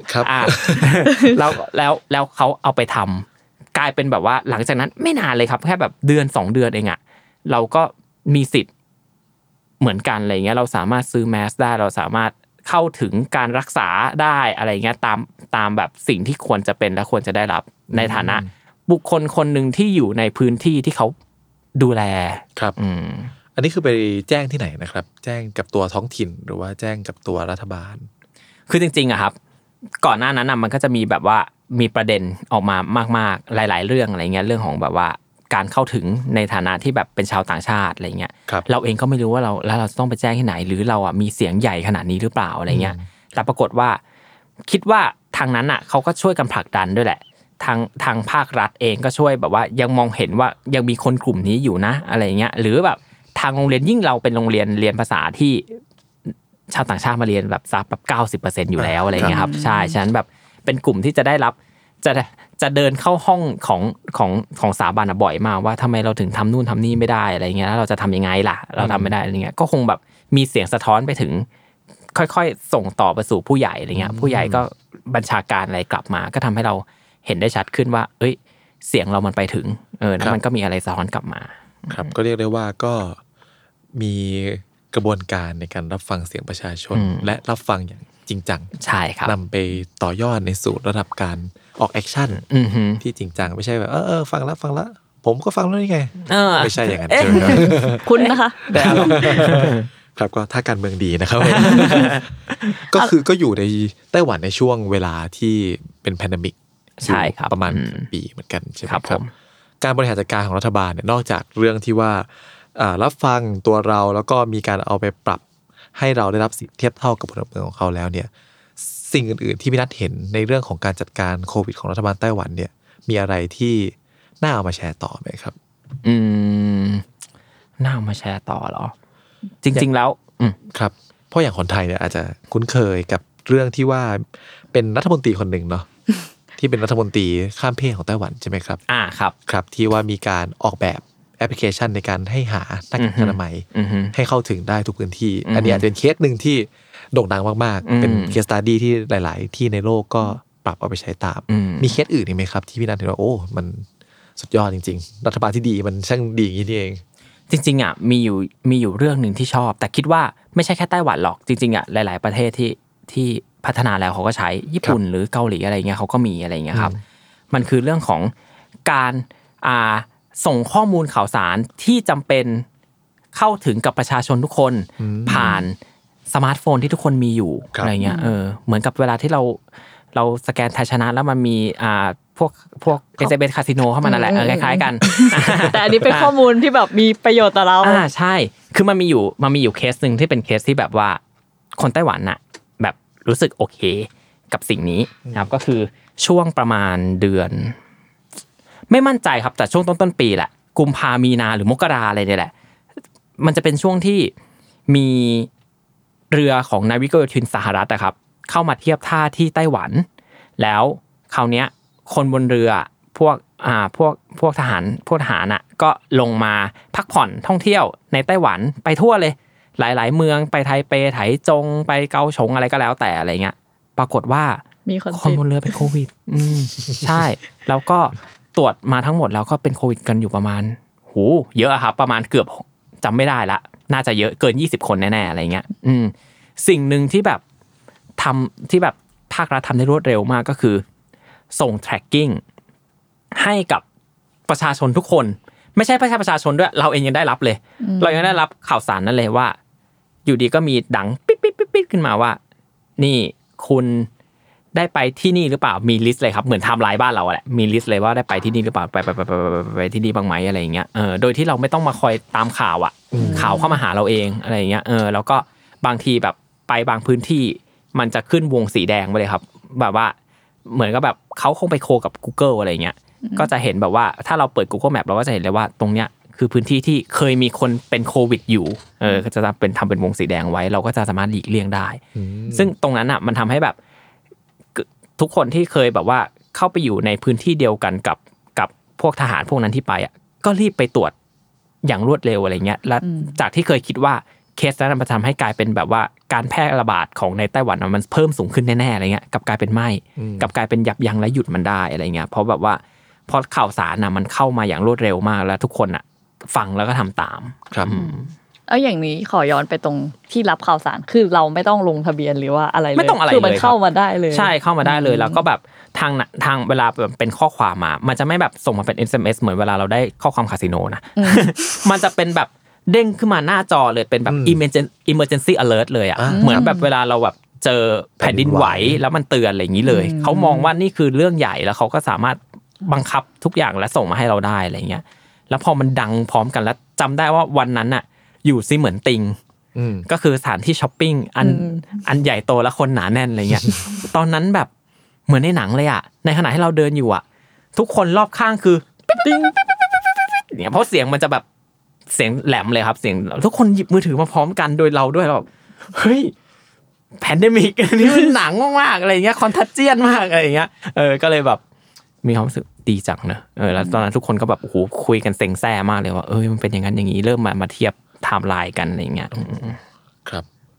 แล้วเขาเอาไปทำกลายเป็นแบบว่าหลังจากนั้นไม่นานเลยครับแค่แบบเดือน2 เดือนเองอะเราก็มีสิทธิ์เหมือนกันอะไรเงี้ยเราสามารถซื้อแมสได้เราสามารถเข้าถึงการรักษาได้อะไรเงี้ยตามแบบสิ่งที่ควรจะเป็นและควรจะได้รับในฐานะบุคคลคนนึงที่อยู่ในพื้นที่ที่เขาดูแลครับอันนี้คือไปแจ้งที่ไหนนะครับแจ้งกับตัวท้องถิ่นหรือว่าแจ้งกับตัวรัฐบาลคือจริงๆอะครับก่อนหน้านั้นมันก็จะมีแบบว่ามีประเด็นออกมามากๆหลายๆเรื่องอะไรเงี้ยเรื่องของแบบว่าการเข้าถึงในฐานะที่แบบเป็นชาวต่างชาติอะไรเงี้ยเราเองก็ไม่รู้ว่าเราจะต้องไปแจ้งที่ไหนหรือเราอ่ะมีเสียงใหญ่ขนาดนี้หรือเปล่าอะไรเงี้ยแต่ปรากฏว่าคิดว่าทางนั้นอ่ะเขาก็ช่วยกันผลักดันด้วยแหละทางภาครัฐเองก็ช่วยแบบว่ายังมองเห็นว่ายังมีคนกลุ่มนี้อยู่นะอะไรเงี้ยหรือแบบทางโรงเรียนยิ่งเราเป็นโรงเรียนภาษาที่ชาวต่างชาติมาเรียนแบบซับแบบ 90% อยู่แล้วอะไรเงี้ยครับใช่ฉะนั้นแบบเป็นกลุ่มที่จะได้รับจะเดินเข้าห้องของสถาบันบ่อยมากว่าทำไมเราถึงทำนู่นทำนี่ไม่ได้อะไรเงี้ยแล้วเราจะทำยังไงล่ะเราทำไม่ได้อะไรเงี้ยก็คงแบบมีเสียงสะท้อนไปถึงค่อยๆส่งต่อไปสู่ผู้ใหญ่อะไรเงี้ยผู้ใหญ่ก็บัญชาการอะไรกลับมาก็ทำให้เราเห็นได้ชัดขึ้นว่าเอ้ยเสียงเรามันไปถึงแล้วมันก็มีอะไรสะท้อนกลับมาครับก็เรียกได้ว่าก็มีกระบวนการในการรับฟังเสียงประชาชนและรับฟังอย่างจริงจังใช่ครับนำไปต่อยอดในสู่ระดับการออกแอคชั่นที่จริงจังไม่ใช่แบบฟังแล้วผมก็ฟังแล้วนี่ไงไม่ใช่อย่างนั้นใช่ไหมคุณนะคะแต่อารมณ์ครับก็ถ้าการเมืองดีนะครับก็อยู่ในไต้หวันในช่วงเวลาที่เป็นแพนดมิกใช่ครับประมาณปีเหมือนกันใช่ไหมครับการบริหารจัดการของรัฐบาลเนี่ยนอกจากเรื่องที่ว่ารับฟังตัวเราแล้วก็มีการเอาไปปรับให้เราได้รับสิทธิเทียบเท่ากับพลเมืองของเขาแล้วเนี่ยสิ่งอื่นๆที่พี่นัทเห็นในเรื่องของการจัดการโควิดของรัฐบาลไต้หวันเนี่ยมีอะไรที่น่าเอามาแชร์ต่อไหมครับน่าเอามาแชร์ต่อเหรอจริงๆแล้วครับเพราะอย่างคนไทยเนี่ยอาจจะคุ้นเคยกับเรื่องที่ว่าเป็นรัฐมนตรีคนหนึ่งเนาะที่เป็นรัฐมนตรีข้ามเพศของไต้หวันใช่ไหมครับครับครับที่ว่ามีการออกแบบแอปพลิเคชันในการให้หาหน้ากากอนามัยให้เข้าถึงได้ทุกพื้นที่อันนี้อาจจะเป็นเคสหนึ่งที่โด่งดังมากๆเป็นเคสสตั๊ดดี้ที่หลายๆที่ในโลกก็ปรับเอาไปใช้ตามมีเคสอื่นอีกไหมครับที่พี่นัทเห็นว่าโอ้มันสุดยอดจริงๆรัฐบาลที่ดีมันช่างดีอย่างนี้นี่เองจริงๆมีอยู่เรื่องนึงที่ชอบแต่คิดว่าไม่ใช่แค่ไต้หวันหรอกจริงๆหลายๆประเทศที่พัฒนาแล้วเขาก็ใช้ญี่ปุ่นหรือเกาหลีอะไรเงี้ยเขาก็มีอะไรเงี้ยครับมันคือเรื่องของการส่งข้อมูลข่าวสารที่จำเป็นเข้าถึงกับประชาชนทุกคนผ่านสมาร์ทโฟนที่ทุกคนมีอยู่อะไรเงี้ยเหมือนกับเวลาที่เราสแกนไทยชนะแล้วมันมีพวก SMS คาสิโนเข้ามานั่นแหละคล้ายๆกันแต่อันนี้เป็นข้อมูลที่แบบมีประโยชน์ต่อเราใช่คือมันมีอยู่เคสนึงที่เป็นเคสที่แบบว่าคนไต้หวันน่ะแบบรู้สึกโอเคกับสิ่งนี้นะครับก็คือช่วงประมาณเดือนไม่มั่นใจครับแต่ช่วงต้นปีแหละกุมภามีนาหรือมกราอะไรเนี่ยแหละมันจะเป็นช่วงที่มีเรือของนาวิกโยธินสหรัฐครับเข้ามาเทียบท่าที่ไต้หวันแล้วคราวเนี้ยคนบนเรือพวกทหารน่ะก็ลงมาพักผ่อนท่องเที่ยวในไต้หวันไปทั่วเลยหลายๆเมืองไปไทเปไถจงไปเกาฉงอะไรก็แล้วแต่อะไรเงี้ยปรากฏว่ามีคนบนเรือเป็นโควิดใช่แล้วก็ตรวจมาทั้งหมดแล้วก็เป็นโควิดกันอยู่ประมาณเยอะครับประมาณเกือบจำไม่ได้ละน่าจะเยอะเกิน20คนแน่ๆอะไรเงี้ยสิ่งนึงที่แบบทำที่แบบภาครัฐทำได้รวดเร็วมากก็คือส่ง tracking ให้กับประชาชนทุกคนไม่ใช่ประชาชนด้วยเราเองยังได้รับเลยเรายังได้รับข่าวสารนั่นเลยว่าอยู่ดีก็มีดังปิ๊ดๆๆขึ้นมาว่านี่คุณได้ไปที่นี่หรือเปล่ามีลิสต์เลยครับเหมือนไทม์ไลน์บ้านเราแหละมีลิสต์เลยว่าได้ไปที่นี่หรือเปล่าไปที่นี่บ้างไหมอะไรอย่างเงี้ยโดยที่เราไม่ต้องมาคอยตามข่าวข่าวเข้ามาหาเราเองอะไรอย่างเงี้ยแล้วก็บางทีแบบไปบางพื้นที่มันจะขึ้นวงสีแดงไปเลยครับแบบว่าเหมือนกับแบบเขาคงไปโคกับ Google อะไรเงี้ยก็จะเห็นแบบว่าถ้าเราเปิด Google Map เราก็จะเห็นเลยว่าตรงเนี้ยคือพื้นที่ที่เคยมีคนเป็นโควิดอยู่ก็จะทำเป็นวงสีแดงไว้เราก็จะสามารถหลีกเลี่ยงได้ซึ่งตรงนั้นมันทำให้แบบทุกคนที่เคยแบบว่าเข้าไปอยู่ในพื้นที่เดียวกันกับพวกทหารพวกนั้นที่ไปก็รีบไปตรวจอย่างรวดเร็วอะไรเงี้ยและจากที่เคยคิดว่าเคสนั้นมันทำให้กลายเป็นแบบว่าการแพร่ระบาดของในไต้หวันมันเพิ่มสูงขึ้นแน่ๆอะไรเงี้ยกับกลายเป็นไม่กับกลายเป็นยับยั้งและหยุดมันได้อะไรเงี้ยเพราะแบบว่าพอข่าวสารมันเข้ามาอย่างรวดเร็วมากแล้วทุกคนฟังแล้วก็ทำตามครับอย่างนี้ขอย้อนไปตรงที่รับข่าวสารคือเราไม่ต้องลงทะเบียนหรือว่าอะไรเลยไม่ต้องอะไรเลยคือมันเข้ามาได้เลยใช่เข้ามาได้เลยแล้วก็แบบทางเวลาเป็นข้อความมามันจะไม่แบบส่งมาเป็น SMS เหมือนเวลาเราได้ข้อความคาสิโนนะมันจะเป็นแบบเด้งขึ้นมาหน้าจอเลยเป็นแบบ emergency alert เลยเหมือนแบบเวลาเราแบบเจอแผ่นดินไหวแล้วมันเตือนอะไรอย่างนี้เลยเขามองว่านี่คือเรื่องใหญ่แล้วเขาก็สามารถบังคับทุกอย่างและส่งมาให้เราได้อะไรเงี้ยแล้วพอมันดังพร้อมกันแล้วจำได้ว่าวันนั้นน่ะอยู่ซิเหมือนติงก็คือสถานที่ช้อปปิ้งอันใหญ่โตและคนหนาแน่นอะไรเงี้ยตอนนั้นแบบเหมือนในหนังเลยในขณะที่เราเดินอยู่ทุกคนรอบข้างคือติ๊งเนี่ยเพราะเสียงมันจะแบบเสียงแหลมเลยครับเสียงทุกคนหยิบมือถือมาพร้อมกันโดยเราด้วยแบบเฮ้ยแพนเดมิกนี่มันหนังมากๆอะไรเงี้ยคอนทัจเจียนมากอะไรเงี้ยก็เลยแบบมีความรู้สึกดีจังนะแล้วตอนนั้นทุกคนก็แบบโอ้โหคุยกันเซ็งแซ่มากเลยว่ามันเป็นอย่างนั้นอย่างนี้เริ่มมาเทียบไทม์ไลน์กันอะไรเงี้ยครับ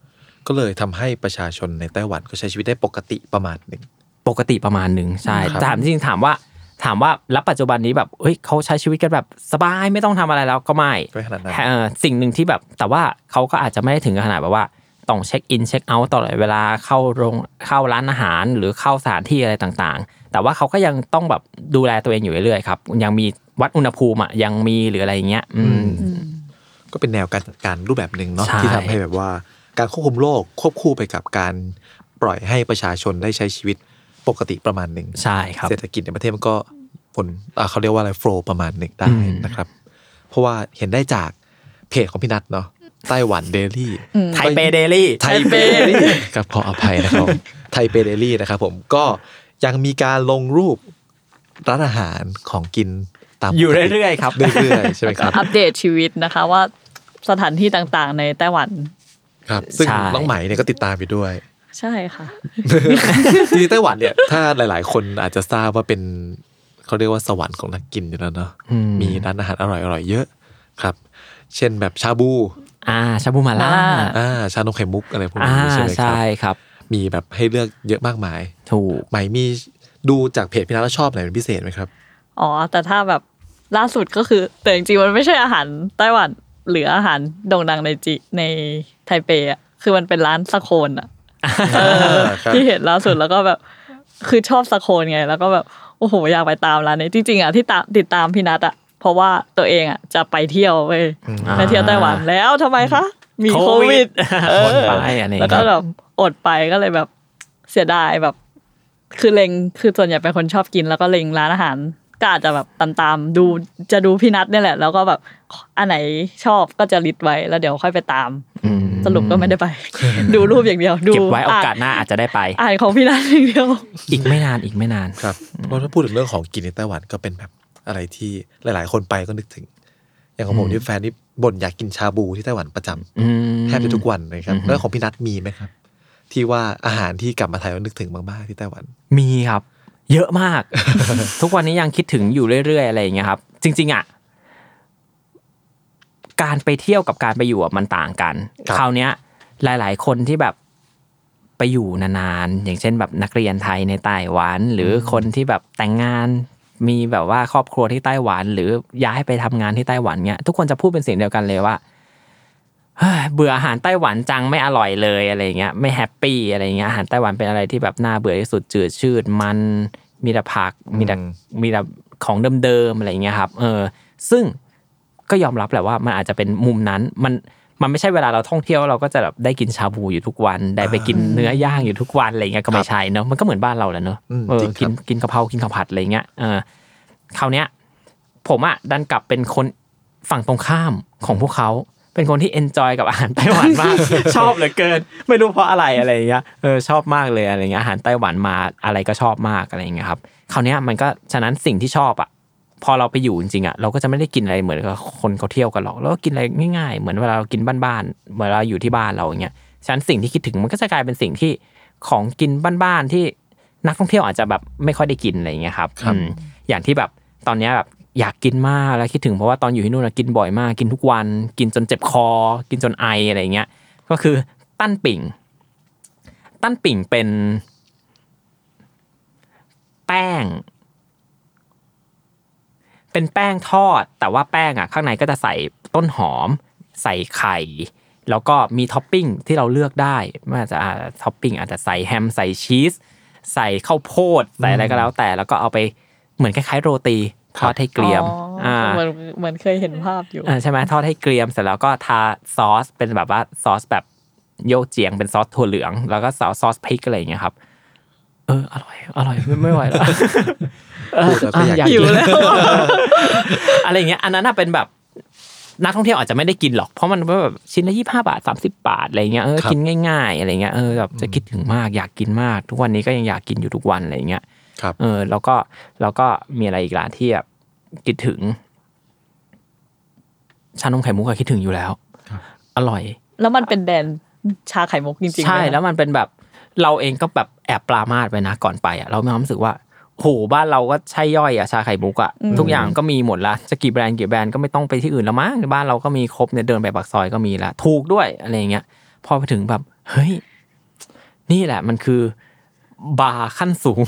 ก็เลยทำให้ประชาชนในไต้หวันก็ใช้ชีวิตได้ปกติประมาณนึงใช่ครับแต่จริงๆถามว่าแล้วปัจจุบันนี้แบบเขาใช้ชีวิตกันแบบสบายไม่ต้องทำอะไรแล้วก็ไม่ขนาดนั้นสิ่งนึงที่แบบแต่ว่าเขาก็อาจจะไม่ได้ถึงขนาดแบบว่าต้องเช็คอินเช็คเอาท์ตลอดเวลาเข้าร้านอาหารหรือเข้าสถานที่อะไรต่างๆแต่ว่าเขาก็ยังต้องแบบดูแลตัวเองอยู่เรื่อยๆครับยังมีวัดอุณหภูมิยังมีหรืออะไรอย่างเงี้ยก็เป็นแนวการจัดการรูปแบบนึงเนาะที่ทำให้แบบว่าการควบคุมโรคควบคู่ไปกับการปล่อยให้ประชาชนได้ใช้ชีวิตปกติประมาณนึงใช่ครับเศรษฐกิจในประเทศมันก็ผลเขาเรียกว่าอะไรโฟลว์ประมาณนึงได้นะครับเพราะว่าเห็นได้จากเพจของพี่นัทเนาะไต้หวันเดลี่ไทเปเดลี่ครับขออภัยนะครับไทเปเดลี่นะครับผมก็ยังมีการลงรูปร้านอาหารของกินตามอยู่เรื่อยๆครับเรื่อยๆใช่ไหมครับอัปเดตชีวิตนะคะว่าสถานที่ต่างๆในไต้หวันครับซึ่งน้องไหมเนี่ยก็ติดตามอยู่ด้วยใช่ค่ะที่ไต้หวันเนี่ยถ้าหลายๆคนอาจจะทราบว่าเป็นเขาเรียกว่าสวรรค์ของนักกินอยู่แล้วเนาะมีร้านอาหารอร่อยๆเยอะครับเช่นแบบชาบูชาบูมาล่าชานมไข่มุกอะไรพวกนี้ใช่ไหมครับใช่ครับมีแบบให้เลือกเยอะมากมายถูกไหมมีดูจากเพจพี่นัทแล้วชอบไหนเป็นพิเศษไหมครับอ๋อแต่ถ้าแบบล่าสุดก็คือแต่จริงๆมันไม่ใช่อาหารไต้หวันหรืออาหารโด่งดังในไทเปอ่ะคือมันเป็นร้านสะโคนอ่ะที่เห็นล่าสุดแล้วก็แบบคือชอบสะโคนไงแล้วก็แบบโอ้โหอยากไปตามร้านนี้จริงๆอ่ะที่ติดตามพี่นัทอ่ะเพราะว่าตัวเองอ่ะจะไปเที่ยวไปเที่ยวไต้หวันแล้วทำไมคะมีโควิดแล้วก็แบบอดไปก็เลยแบบเสียดายแบบคือส่วนใหญ่เป็นคนชอบกินแล้วก็เล็งร้านอาหารก็อาจจะแบบตามดูพี่นัทนี่แหละแล้วก็แบบอันไหนชอบก็จะลิสต์ไว้แล้วเดี๋ยวค่อยไปตามสรุปก็ไม่ได้ไปดูรูปอย่างเดียวเก็บไว้โอกาสหน้าอาจจะได้ไปอ่านของพี่นัทอย่างเดียวอีกไม่นานครับเพราะถ้าพูดถึงเรื่องของกินในไต้หวันก็เป็นแบบอะไรที่หลายๆคนไปก็นึกถึงอย่างของผมที่แฟนนี่บ่นอยากกินชาบูที่ไต้หวันประจำแทบจะทุกวันเลยครับแล้วของพี่นัทมีไหมครับที่ว่าอาหารที่กลับมาไทยแล้วนึกถึงมากๆที่ไต้หวันมีครับเยอะมาก ทุกวันนี้ยังคิดถึงอยู่เรื่อยๆอะไรอย่างเงี้ยครับจริงๆอ่ะการไปเที่ยวกับการไปอยู่มันต่างกันคราวเนี้ยหลายๆคนที่แบบไปอยู่นานๆอย่างเช่นแบบนักเรียนไทยในไต้หวันหรือคนที่แบบแต่งงานมีแบบว่าครอบครัวที่ไต้หวันหรือย้ายไปทำงานที่ไต้หวันเงี้ยทุกคนจะพูดเป็นเสียงเดียวกันเลยว่าเบื่ออาหารไต้หวันจังไม่อร่อยเลยอะไรเงี้ยไม่แฮปปี้อะไรเงี้ยอาหารไต้หวันเป็นอะไรที่แบบน่าเบื่อที่สุดจืดชืดมันมีแต่ผักมีแต่ของเดิมๆอะไรเงี้ยครับซึ่งก็ยอมรับแหละว่ามันอาจจะเป็นมุมนั้นมันไม่ใช่เวลาเราท่องเที่ยวเราก็จะแบบได้กินชาบูอยู่ทุกวันได้ไปกินเนื้อย่างอยู่ทุกวันอะไรเงี้ยก็ไม่ใช่เนาะมันก็เหมือนบ้านเราแหละเนาะกินกะเพรากินข้าวผัดอะไรเงี้ยคราวเนี้ยผมอ่ะดันกลับเป็นคนฝั่งตรงข้ามของพวกเขาเป็นคนที่เอนจอยกับอาหารไต้หวันมาก ชอบเหลือเกินไม่รู้เพราะอะไรอย่างเงี้ยชอบมากเลยอะไรเงี้ยอาหารไต้หวันมาอะไรก็ชอบมากอะไรอย่างเงี้ยครับคราวเนี้ยมันก็ฉะนั้นสิ่งที่ชอบอ่ะพอเราไปอยู่จริงๆอ่ะเราก็จะไม่ได้กินอะไรเหมือนกับคนเขาเที่ยวกันหรอกแล้วก็กินอะไรง่ายๆเหมือนเวลาเรากินบ้านๆเหมือนเราอยู่ที่บ้านเราอย่างเงี้ยฉะนั้นสิ่งที่คิดถึงมันก็จะกลายเป็นสิ่งที่ของกินบ้านๆที่นักท่องเที่ยวอาจจะแบบไม่ค่อยได้กินอะไรอย่างเงี้ยครับอย่างที่แบบตอนเนี้ยแบบอยากกินมากแล้วคิดถึงเพราะว่าตอนอยู่ที่นู่นกินบ่อยมากกินทุกวันกินจนเจ็บคอกินจนไออะไรเงี้ยก็คือตั้นปิ่งเป็นแป้งทอดแต่ว่าแป้งอ่ะข้างในก็จะใส่ต้นหอมใส่ไข่แล้วก็มีท็อปปิ้งที่เราเลือกได้ไม่ว่าจะท็อปปิ้งอาจจะใส่แฮมใส่ชีสใส่ข้าวโพดใส่อะไรก็แล้วแต่แล้วก็เอาไปเหมือนคล้ายๆโรตีทอดให้เกรียมเหมือนเคยเห็นภาพอยู่ใช่ไหมทอดให้เกรียมเสร็จแล้วก็ทาซอสเป็นแบบว่าซอสแบบโยเจียงเป็นซอสถั่วเหลืองแล้วก็ซอสพริกอะไรอย่างเงี้ยครับอร่อยไม่ไหวแล้วอยากหิวแล้วอะไรอย่างเงี้ยอันนั้นเป็นแบบนักท่องเที่ยวอาจจะไม่ได้กินหรอกเพราะมันแบบชิ้นละ25 บาท30 บาทอะไรเงี้ยกินง่ายๆอะไรเงี้ยแบบจะคิดถึงมากอยากกินมากทุกวันนี้ก็ยังอยากกินอยู่ทุกวันอะไรเงี้ยแล้วก็มีอะไรอีกล่ะที่แบบคิดถึงชานมไข่มุกก็คิดถึงอยู่แล้วอร่อยแล้วมันเป็นแบรนด์ชาไข่มุกจริงๆใช่แล้วมันเป็นแบบเราเองก็แบบแอบปรามาสไปนะก่อนไปอ่ะเรามีความรู้สึกว่าโหบ้านเราก็ใช่ย่อยอ่ะชาไข่มุกอ่ะทุกอย่างก็มีหมดละจะกี่แบรนด์ก็ไม่ต้องไปที่อื่นแล้วมั้งบ้านเราก็มีครบเนี่ยเดินไปปากซอยก็มีละถูกด้วยอะไรอย่างเงี้ยพอไปถึงแบบเฮ้ยนี่แหละมันคือบาร์ขั้นสูง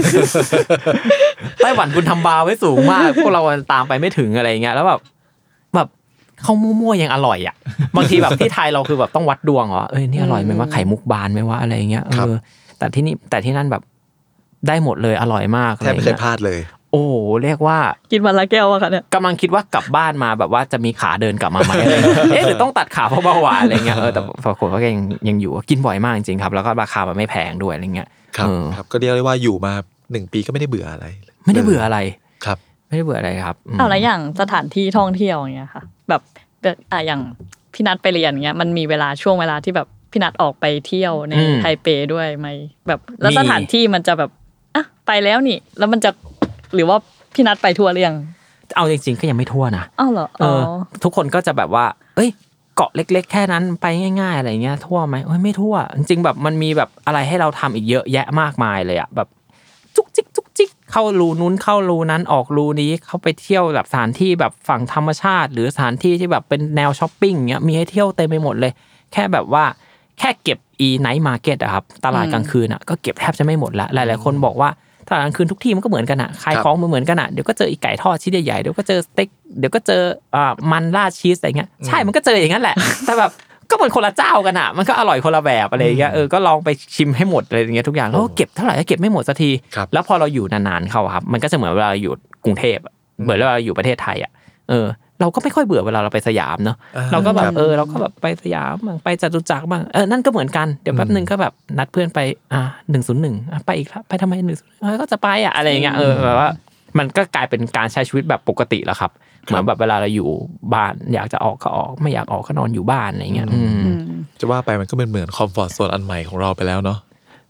ไต้หวันคุณทำบาร์ไว้สูงมากพวกเราตามไปไม่ถึงอะไรเงี้ยแล้วแบบเข้ามั่วๆยังอร่อยอ่ะบางทีแบบที่ไทยเราคือแบบต้องวัดดวงเหรอนี่อร่อยไหมว่าไข่มุกบานไหมว่าอะไรเงี้ยแต่ที่นั่นแบบได้หมดเลยอร่อยมากแทบไม่เคยพลาดเลยโอ้เรียกว่ากินวันละแก้วอะค่ะเนี่ยกำลังคิดว่ากลับบ้านมาแบบว่าจะมีขาเดินกลับมาไหมหรือต้องตัดขาเพราะเบาหวานอะไรเงี้ยแต่ปรากฏว่ายังอยู่กินบ่อยมากจริงๆครับแล้วก็ราคามันไม่แพงด้วยอะไรเงี้ยครับก็เรียกได้ว่าอยู่มา1ปีก็ไม่ได้เบื่ออะไรไม่ได้เบื่ออะไรครับไม่ได้เบื่ออะไรครับแล้วอย่างสถานที่ท่องเที่ยวอย่างเงี้ยค่ะแบบอย่างพี่นัทไปเรียนเงี้ยมันมีช่วงเวลาที่แบบพี่นัทออกไปเที่ยวในไทเปด้วยไหมแบบแล้วสถานที่มันจะแบบไปแล้วนี่แล้วมันจะหรือว่าพี่นัทไปทั่วหรือยังเอาจริงๆก็ยังไม่ทั่วนะอ้าวเหรอทุกคนก็จะแบบว่าเกาะเล็กๆแค่นั้นไปง่ายๆอะไรเงี้ยทั่วไหมไม่ทั่วจริงๆแบบมันมีแบบอะไรให้เราทำอีกเยอะแยะมากมายเลยอะแบบจุกจิกเข้ารูนู้นเข้ารูนั้นออกรูนี้เข้าไปเที่ยวแบบสถานที่แบบฝั่งธรรมชาติหรือสถานที่ที่แบบเป็นแนวช้อปปิ้งเงี้ยมีให้เที่ยวเต็มไปหมดเลยแค่แบบว่าแค่เก็บไนท์มาร์เก็ตอะครับตลาดกลางคืนอะก็เก็บแทบจะไม่หมดละหลายๆคนบอกว่าตลาดกลางคืนทุกที่มันก็เหมือนกันอะขายของเหมือนกันอะเดี๋ยวก็เจออีกไก่ทอดชิ้นใหญ่ๆเดี๋ยวก็เจอสเต็กเดี๋ยวก็เจอมันราดชีสอะไรเงี้ยใช่มันก็เจออย่างนั้นแหละแต่แบบก็เหมือนคนละเจ้ากันอะมันก็อร่อยคนละแบบอะไรเงี้ยก็ลองไปชิมให้หมดอะไรอย่างเงี้ยทุกอย่างแล้วเก็บเท่าไหร่ก็เก็บไม่หมดสักทีแล้วพอเราอยู่นานๆเข้าครับมันก็จะเหมือนเวลาอยู่กรุงเทพเหมือนเวลาอยู่ประเทศไทยอะเราก็ไม่ค่อยเบื่อเวลาเราไปสยามเนาะเราก็แบบเราก็แบบไปสยามบ้างไปจตุจักรบ้างนั่นก็เหมือนกันเดี๋ยวแป๊บนึงก็แบบนัดเพื่อนไป101ไปอีกแล้วไปทำไม101ก็จะไปอะไรอย่างเงี้ยแบบว่ามันก็กลายเป็นการใช้ชีวิตแบบปกติแล้วครับเหมือนแบบเวลาเราอยู่บ้านอยากจะออกก็ออกไม่อยากออกก็นอนอยู่บ้านอะไรเงี้ยจะว่าไปมันก็เป็นเหมือนคอมฟอร์ตโซนอันใหม่ของเราไปแล้วเนาะ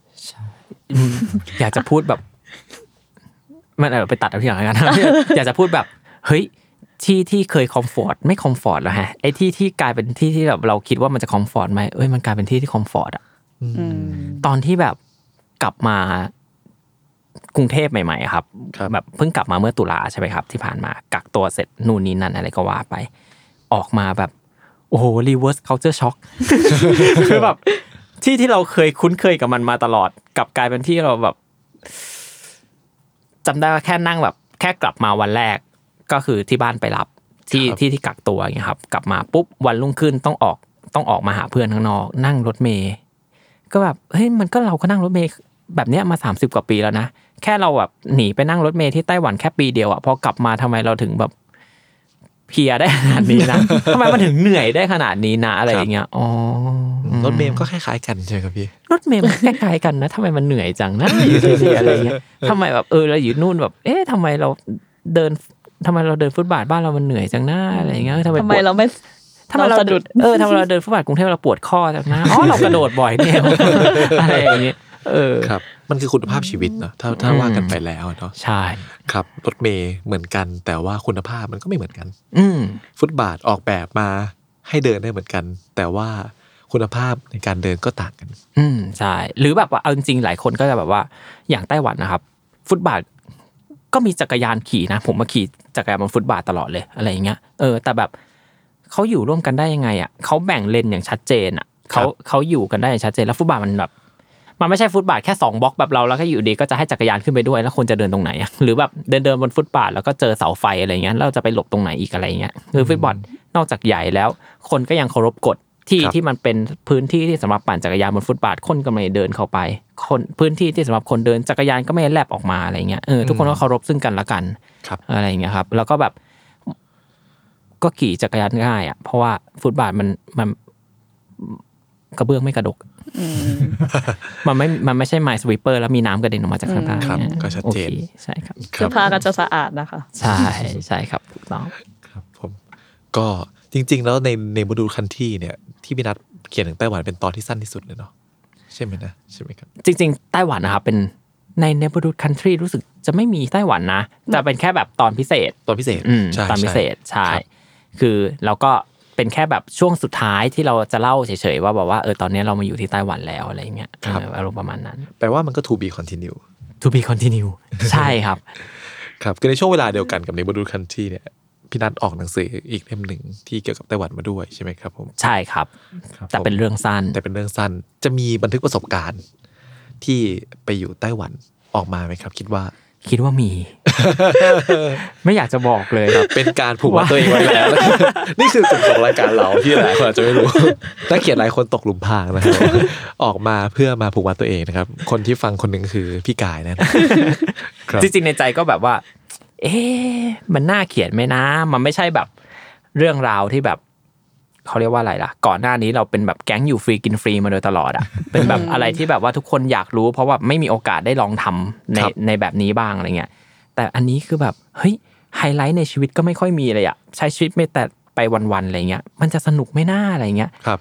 อยากจะพูดแบบมันไปตัดเอาที่หลังกันอยากจะพูดแบบเฮ้ยที่เคยคอมฟอร์ตไม่คอมฟอร์ตแล้วฮะไอ้ที่กลายเป็นที่แบบเราคิดว่ามันจะคอมฟอร์ตไหมมันกลายเป็นที่คอมฟอร์ตอ่ะตอนที่แบบกลับมากรุงเทพใหม่ๆครับแบบเพิ่งกลับมาเมื่อตุลาใช่ไหมครับที่ผ่านมากักตัวเสร็จนู่นนี่นั่นอะไรก็ว่าไปออกมาแบบโอ้โห reverse culture shock คือแบบที่เราเคยคุ้นเคยกับมันมาตลอดกลับกลายเป็นที่เราแบบจำได้ว่าแค่นั่งแบบแค่กลับมาวันแรกก็คือที่บ้านไปรับที่กักตัวอย่างเงี้ยครับกลับมาปุ๊บวันรุ่งขึ้นต้องออกมาหาเพื่อนข้างนอกนั่งรถเมล์ก็แบบเฮ้ยมันก็เราก็นั่งรถเมล์แบบเนี้ยมา30กว่าปีแล้วนะแค่เราแบบหนีไปนั่งรถเมล์ที่ไต้หวันแค่ปีเดียวอ่ะพอกลับมาทำไมเราถึงแบบเพลียได้ขนาดนี้นะทำไมมันถึงเหนื่อยได้ขนาดนี้นะอะไรอย่างเงี้ยรถเมล์ก็คล้ายๆกันใช่ครับพี่รถเมล์มันคล้ายๆกันนะทำไมมันเหนื่อยจังนะอยู่ที่อะไรเงี้ยทำไมแบบเราอยู่นู่นแบบทำไมเราเดินฟุตบาทบ้านเรามันเหนื่อยจังนะอะไรเงี้ยทำไมเราไม่ทำไมเราสะดุดทำไมเราเดินฟุตบาทกรุงเทพเราปวดข้อจังนะเรากระโดดบ่อยเนี่ยอะไรอย่างเงี้ยครับมันคือคุณภาพชีวิตเนาะถ้าว่ากันไปแล้วเนาะใช่ครับรถเมล์เหมือนกันแต่ว่าคุณภาพมันก็ไม่เหมือนกันฟุตบาทออกแบบมาให้เดินได้เหมือนกันแต่ว่าคุณภาพในการเดินก็ต่างกันใช่หรือแบบว่าเอาจริงๆหลายคนก็จะแบบว่าอย่างไต้หวันนะครับฟุตบาทก็มีจักรยานขี่นะผมมาขี่จักรยานบนฟุตบาทตลอดเลยอะไรอย่างเงี้ยแต่แบบเขาอยู่ร่วมกันได้ยังไงอ่ะเขาแบ่งเลนอย่างชัดเจนอ่ะเขาอยู่กันได้อย่างชัดเจนแล้วฟุตบาทมันแบบมันไม่ใช่ฟุตบาทแค่2บล็อกแบบเราแล้วก็อยู่ดีก็จะให้จักรยานขึ้นไปด้วยแล้วคนจะเดินตรงไหนอ่ะหรือแบบเดินบนฟุตบาทแล้วก็เจอเสาไฟอะไรเงี้ยเราจะไปหลบตรงไหนอีกอะไรเงี้ยคือฟุตบาทนอกจากใหญ่แล้วคนก็ยังเคารพกฎที่มันเป็นพื้นที่ที่สำหรับปั่นจักรยานบนฟุตบาทคนก็ไม่เดินเข้าไปคนพื้นที่ที่สำหรับคนเดินจักรยานก็ไม่แลบออกมาอะไรเงี้ยทุกคนก็เคารพซึ่งกันและกันอะไรเงี้ยครับแล้วก็แบบก็ขี่จักรยานง่ายอ่ะเพราะว่าฟุตบาทมันกระเบื้องไม่กระดกมันไม่ใช่ไมล์สวีปเปอร์แล้วมีน้ำกระเด็นออกมาจากข้างใต้ครับก็ชัดเจนใช่ครับเสื้อผ้าก็จะสะอาดนะคะใช่ครับถูกต้องครับผมก็จริงๆแล้วในโมดูลคันที่เนี่ยที่พี่นัทเขียนถึงไต้หวันเป็นตอนที่สั้นที่สุดเลยเนาะใช่ไหมครับจริงๆไต้หวันนะครับเป็นใน Neighborhood Country รู้สึกจะไม่มีไต้หวันนะจะเป็นแค่แบบตอนพิเศษตอนพิเศษใช่คือเราก็เป็นแค่แบบช่วงสุดท้ายที่เราจะเล่าเฉยๆว่าบอกว่าตอนนี้เรามาอยู่ที่ไต้หวันแล้วอะไรเงี้ยอารมณ์ประมาณนั้นแปลว่ามันก็ to be continue to be continue ใช่ครับครับคือในช่วงเวลาเดียวกันกับใน Neighborhood Country เนี่ยพี่นัทออกหนังสืออีกเล่มหนึ่งที่เกี่ยวกับไต้หวันมาด้วยใช่ไหมครับผมใช่ครับแต่เป็นเรื่องสั้นจะมีบันทึกประสบการณ์ที่ไปอยู่ไต้หวันออกมาไหมครับคิดว่ามี ไม่อยากจะบอกเลยครับเป็นการผูกมัดตัวเองไว้แล้ว นี่คือกลุ่มของรายการเราที่หลายคนอาจจะไม่รู้นักเขียนหลายคนตกหลุมพรางนะครับออกมาเพื่อมาผูกมัดตัวเองนะครับคนที่ฟังคนหนึ่งคือพี่กายนั่นจริงๆในใจก็แบบว่ามันน่าเขียนไหมนะมันไม่ใช่แบบเรื่องราวที่แบบเขาเรียกว่าอะไรล่ะก่อนหน้านี้เราเป็นแบบแก๊งอยู่ฟรีกินฟรีมาโดยตลอดอ่ะ เป็นแบบอะไรที่แบบว่าทุกคนอยากรู้เพราะว่าไม่มีโอกาสได้ลองทำในแบบนี้บ้างอะไรเงี้ยแต่อันนี้คือแบบเฮ้ยไฮไลท์ในชีวิตก็ไม่ค่อยมีเลยอ่ะใช้ชีวิตไม่แต่ไปวันๆอะไรเงี้ยมันจะสนุกไม่น่าอะไรเงี้ยครับ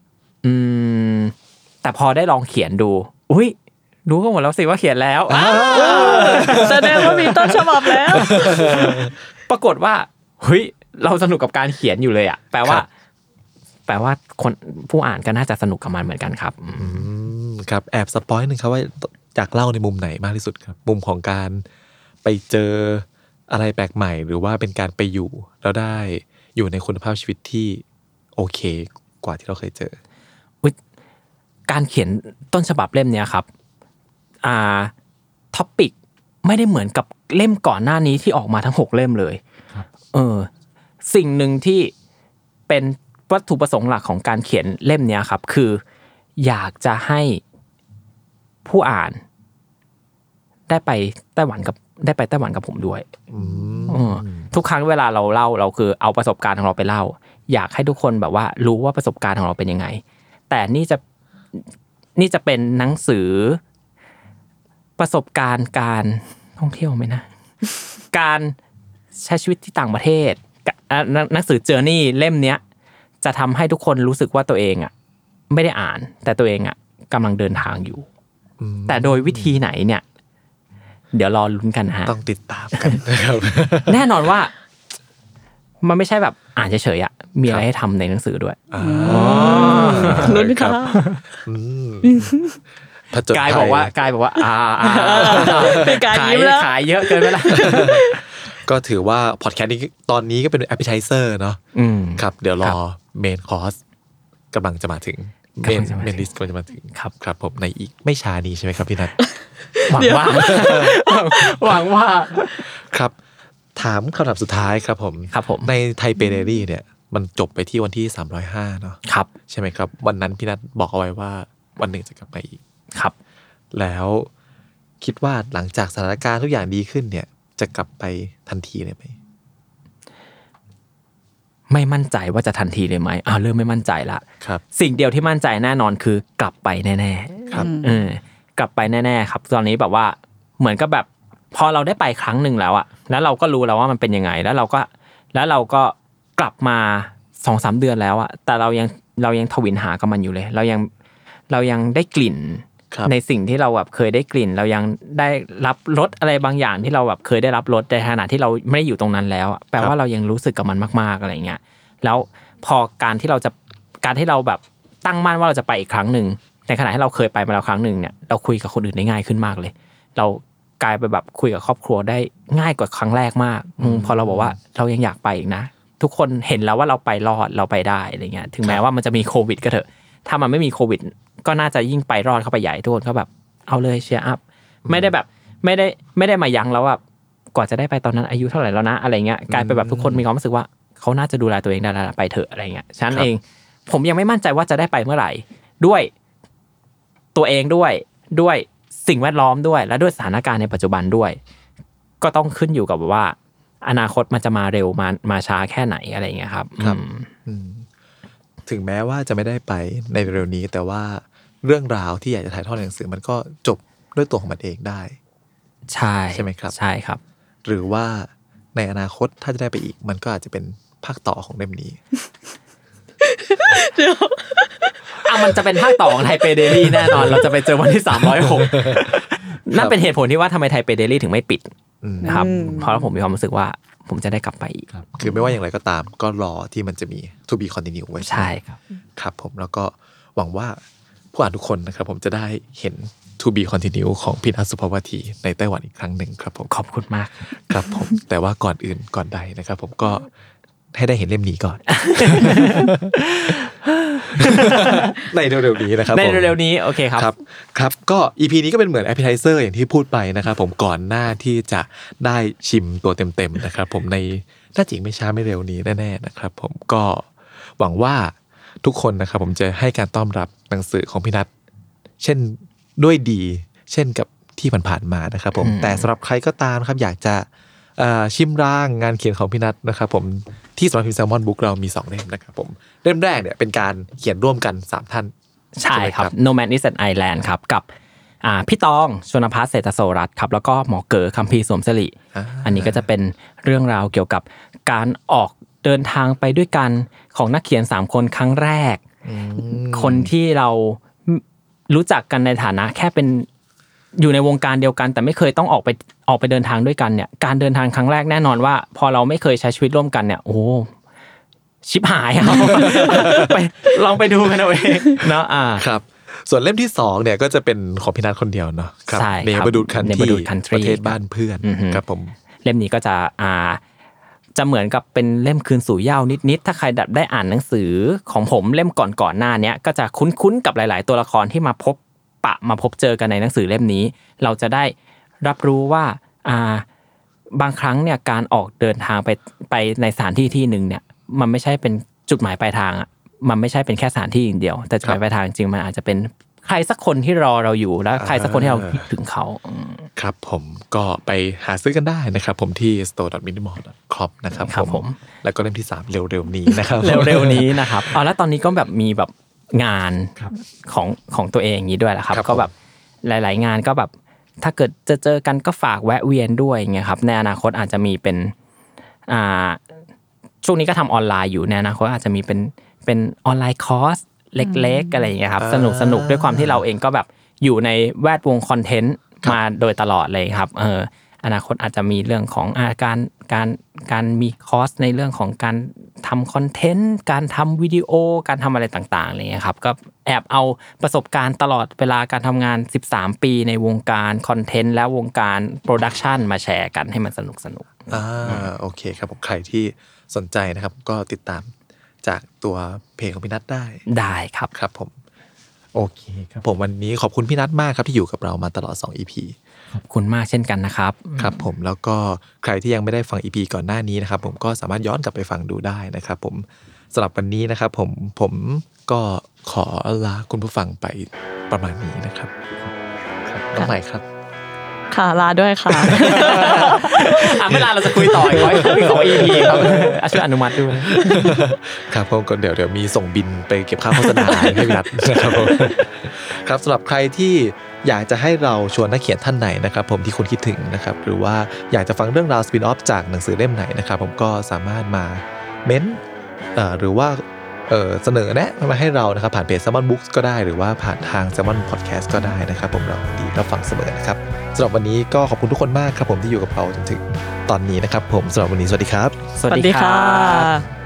แต่พอได้ลองเขียนดูอุ้ยรู้กันหมดแล้วสิว่าเขียนแล้วแสดงว่ามีต้นฉบับแล้วปรากฏว่าเฮ้ยเราสนุกกับการเขียนอยู่เลยอ่ะแปลว่าคนผู้อ่านก็น่าจะสนุกกับมันเหมือนกันครับครับแอบสปอยล์นึงครับว่าอยากเล่าในมุมไหนมากที่สุดครับมุมของการไปเจออะไรแปลกใหม่หรือว่าเป็นการไปอยู่แล้วได้อยู่ในคุณภาพชีวิตที่โอเคกว่าที่เราเคยเจอการเขียนต้นฉบับเล่มเนี้ยครับท็อปิกไม่ได้เหมือนกับเล่มก่อนหน้านี้ที่ออกมาทั้ง6เล่มเลยสิ่งหนึ่งที่เป็นวัตถุประสงค์หลักของการเขียนเล่มเนี้ยครับคืออยากจะให้ผู้อ่านได้ไปไต้หวันกับผมด้วยทุกครั้งเวลาเราเล่าเราคือเอาประสบการณ์ของเราไปเล่าอยากให้ทุกคนแบบว่ารู้ว่าประสบการณ์ของเราเป็นยังไงแต่นี่จะเป็นหนังสือประสบการณ์การท่องเที่ยวไหมนะการใช้ชีวิตที่ต่างประเทศหนังสือ Journey เล่มเนี้ยจะทำให้ทุกคนรู้สึกว่าตัวเองอ่ะไม่ได้อ่านแต่ตัวเองอ่ะกำลังเดินทางอยู่แต่โดยวิธีไหนเนี่ยเดี๋ยวรอลุ้นกันฮะต้องติดตามกันนะครับแน่นอนว่ามันไม่ใช่แบบอ่านเฉยๆอ่ะมีอะไรให้ทำในหนังสือด้วยลุ้นครับกายบอกว่าเป็นการยิ้มแล้วขายเยอะเกินไปละก็ถือว่าพอดแคสต์นี้ตอนนี้ก็เป็นแอปเปิลไทเซอร์เนาะครับเดี๋ยวรอเมนคอร์สกำลังจะมาถึงเมนลิสต์กำลังจะมาถึงครับผมในอีกไม่ช้านี้ใช่ไหมครับพี่นัทหวังว่าครับถามคำถามสุดท้ายครับผมในไทเปเดลี่เนี่ยมันจบไปที่วันที่305เนาะครับใช่ไหมครับวันนั้นพี่นัทบอกเอาไว้ว่าวันหนึ่งจะกลับมาอีกครับแล้วคิดว่าหลังจากสถานการณ์ทุกอย่างดีขึ้นเนี่ยจะกลับไปทันทีเลยไหมไม่มั่นใจว่าจะทันทีเลยไหมเริ่มไม่มั่นใจละครับสิ่งเดียวที่มั่นใจแน่นอนคือกลับไปแน่ๆครับกลับไปแน่ๆครับตอนนี้แบบว่าเหมือนกับแบบพอเราได้ไปครั้งนึงแล้วอะแล้วเราก็รู้แล้วว่ามันเป็นยังไงแล้วเราก็กลับมา 2-3 เดือนแล้วอะแต่เรายังทวินหากับมันอยู่เลยเรายังได้กลิ่นในสิ่งที่เราแบบเคยได้กลิ่นเรายังได้รับรสอะไรบางอย่างที่เราแบบเคยได้รับรสในขณะที่เราไม่ได้อยู่ตรงนั้นแล้วแปลว่าเรายังรู้สึกกับมันมากๆอะไรเงี้ยแล้วพอการที่เราแบบตั้งมั่นว่าเราจะไปอีกครั้งนึงในขณะที่เราเคยไปมาแล้วครั้งนึงเนี่ยเราคุยกับคนอื่นได้ง่ายขึ้นมากเลยเรากลายไปแบบคุยกับครอบครัวได้ง่ายกว่าครั้งแรกมากพอเราบอกว่าเรายังอยากไปอีกนะทุกคนเห็นแล้วว่าเราไปรอดเราไปได้อะไรเงี้ยถึงแม้ว่ามันจะมีโควิดก็เถอะถ้ามันไม่มีโควิดก็น่าจะยิ่งไปรอดเข้าไปใหญ่ทุกคนก็แบบเอาเลยเชียร์อัพไม่ได้มายั้งแล้วว่ากว่าจะได้ไปตอนนั้นอายุเท่าไหร่แล้วนะอะไรเงี้ยกลายไปแบบทุกคนมีความรู้สึกว่าเขาน่าจะดูแลตัวเองได้แล้วไปเถอะอะไรเงี้ยฉะนั้นเองผมยังไม่มั่นใจว่าจะได้ไปเมื่อไหร่ด้วยตัวเองด้วยสิ่งแวดล้อมด้วยและด้วยสถานการณ์ในปัจจุบันด้วยก็ต้องขึ้นอยู่กับว่าอนาคตมันจะมาเร็วมาช้าแค่ไหนอะไรเงี้ยครับถึงแม้ว่าจะไม่ได้ไปในเร็วนี้แต่ว่าเรื่องราวที่อยากจะถ่ายทอดในหนังสือมันก็จบด้วยตัวของมันเองได้ใช่ไหมครับใช่ครับหรือว่าในอนาคตถ้าจะได้ไปอีกมันก็อาจจะเป็นภาคต่อของเล่มนี้เดี๋ยวมันจะเป็นภาคต่อของไทเปเดลี่แน่นอนเราจะไปเจอวันที่306นั่นเป็นเหตุผลที่ว่าทำไมไทเปเดลี่ถึงไม่ปิดนะครับเพราะผมมีความรู้สึกว่าผมจะได้กลับไปอีกคือไม่ว่าอย่างไรก็ตามก็รอที่มันจะมี to be continue ไว้ใช่ครับครับผมแล้วก็หวังว่าผู้อ่านทุกคนนะครับผมจะได้เห็น To Be Continue ของพี่นัทสุภวทีในไต้หวันอีกครั้งหนึ่งครับผมขอบคุณมากครับผมแต่ว่าก่อนอื่นก่อนใดนะครับผมก็ให้ได้เห็นเล่มนี้ก่อน ในเร็วๆนี้นะครับในเร็วๆนี้โอเคครับครับก็ EP นี้ก็เป็นเหมือน appetizer อย่างที่พูดไปนะครับผมก่อนหน้าที่จะได้ชิมตัวเต็มๆนะครับผมในน่าจริงไม่ช้าไม่เร็วนี้แน่ๆนะครับผมก็หวังว่าทุกคนนะครับผมจะให้การต้อนรับหนังสือของพี่นัทเช่นด้วยดีเช่นกับที่ผ่านๆมานะครับผมแต่สำหรับใครก็ตามนะครับอยากจะชิมร่างงานเขียนของพี่นัทนะครับผมที่สำนักพิมพ์ Salmon Book เรามี2เล่มนะครับผมเล่มแรกเนี่ยเป็นการเขียนร่วมกัน3ท่านใช่ครับ No Man is an Island ครับกับพี่ตองชนภัสเศรษฐโสรัตน์ครับแล้วก็หมอเก๋อคัมภีร์สวมสิริอันนี้ก็จะเป็นเรื่องราวเกี่ยวกับการออกเดินทางไปด้วยกันของนักเขียน3คนครั้งแรกคนที่เรารู้จักกันในฐานะแค่เป็นอยู่ในวงการเดียวกันแต่ไม่เคยต้องออกไปเดินทางด้วยกันเนี่ยการเดินทางครั้งแรกแน่นอนว่าพอเราไม่เคยใช้ชีวิตร่วมกันเนี่ยโอ้ชิบหายครับไปลองไปดูกันเอาเองเนาะครับส่วนเล่มที่2เนี่ยก็จะเป็นของพี่นัทคนเดียวเนาะครับเนบดูดคันทรีประเทศบ้านเพื่อนครับผมเล่มนี้ก็จะเหมือนกับเป็นเล่มคืนสู่เหย้านิดๆถ้าใครได้อ่านหนังสือของผมเล่มก่อนหน้านี้ก็จะคุ้นๆกับหลายๆตัวละครที่มาพบเจอกันในหนังสือเล่มนี้เราจะได้รับรู้ว่าบางครั้งเนี่ยการออกเดินทางไปในสถานที่ที่นึงเนี่ยมันไม่ใช่เป็นจุดหมายปลายทางอ่ะมันไม่ใช่เป็นแค่สถานที่อย่างเดียวแต่จุดหมายปลายทางจริงมันอาจจะเป็นใครสักคนที่รอเราอยู่แล้วใครสักคนที่เราคิดถึงเขาครับผมก็ไปหาซื้อกันได้นะครับผมที่ store.minimal.com นะครับผมแล้วก็เล่มที่3เร็วๆนี้นะครับเร็วๆนี้นะครับแล้วตอนนี้ก็แบบมีแบบงานของตัวเองอย่างนี้ด้วยแหละครับก็แบบหลายๆงานก็แบบถ้าเกิดจะเจอกันก็ฝากแวะเวียนด้วยอย่างเงี้ยครับในอนาคตอาจจะมีเป็นช่วงนี้ก็ทำออนไลน์อยู่ในอนาคตอาจจะมีเป็นออนไลน์คอร์สเล็กๆอะไรอย่างเงี้ยครับสนุกด้วยความที่เราเองก็แบบอยู่ในแวดวงคอนเทนต์มาโดยตลอดเลยครับอนาคตอาจจะมีเรื่องของการมีคอร์สในเรื่องของการทำคอนเทนต์การทำวิดีโอการทำอะไรต่างๆอะไรเงี้ยครับก็แอบเอาประสบการณ์ตลอดเวลาการทำงาน13ปีในวงการคอนเทนต์และวงการโปรดักชันมาแชร์กันให้มันสนุกโอเคครับผมใครที่สนใจนะครับก็ติดตามจากตัวเพจของพี่นัทได้ครับครับผมโอเคครับผมวันนี้ขอบคุณพี่นัทมากครับที่อยู่กับเรามาตลอด2 EP ขอบคุณมากเช่นกันนะครับครับผมแล้วก็ใครที่ยังไม่ได้ฟัง EP ก่อนหน้านี้นะครับผมก็สามารถย้อนกลับไปฟังดูได้นะครับผมสำหรับวันนี้นะครับผมก็ขอลาคุณผู้ฟังไปประมาณนี้นะครับน้องใหม่ครับค่ะลาด้วยค่ะเวลาเราจะคุยต่ออีก2 EP ครับช่วยอนุมัติด้วยครับผมก็เดี๋ยวมีส่งบินไปเก็บค่าโฆษณาให้พี่นัทนะครับผมครับสำหรับใครที่อยากจะให้เราชวนนักเขียนท่านไหนนะครับผมที่คุณคิดถึงนะครับหรือว่าอยากจะฟังเรื่องราวสปินออฟจากหนังสือเล่มไหนนะครับผมก็สามารถมาเม้นหรือว่าเสนอแนะมาให้เรานะครับผ่านเพจ Salmon Books ก็ได้หรือว่าผ่านทาง Salmon Podcast ก็ได้นะครับผมเราดีรับฟังเสมอนะครับสำหรับวันนี้ก็ขอบคุณทุกคนมากครับผมที่อยู่กับเราจนถึงตอนนี้นะครับผมสำหรับวันนี้สวัสดีครับสวัสดีค่ะ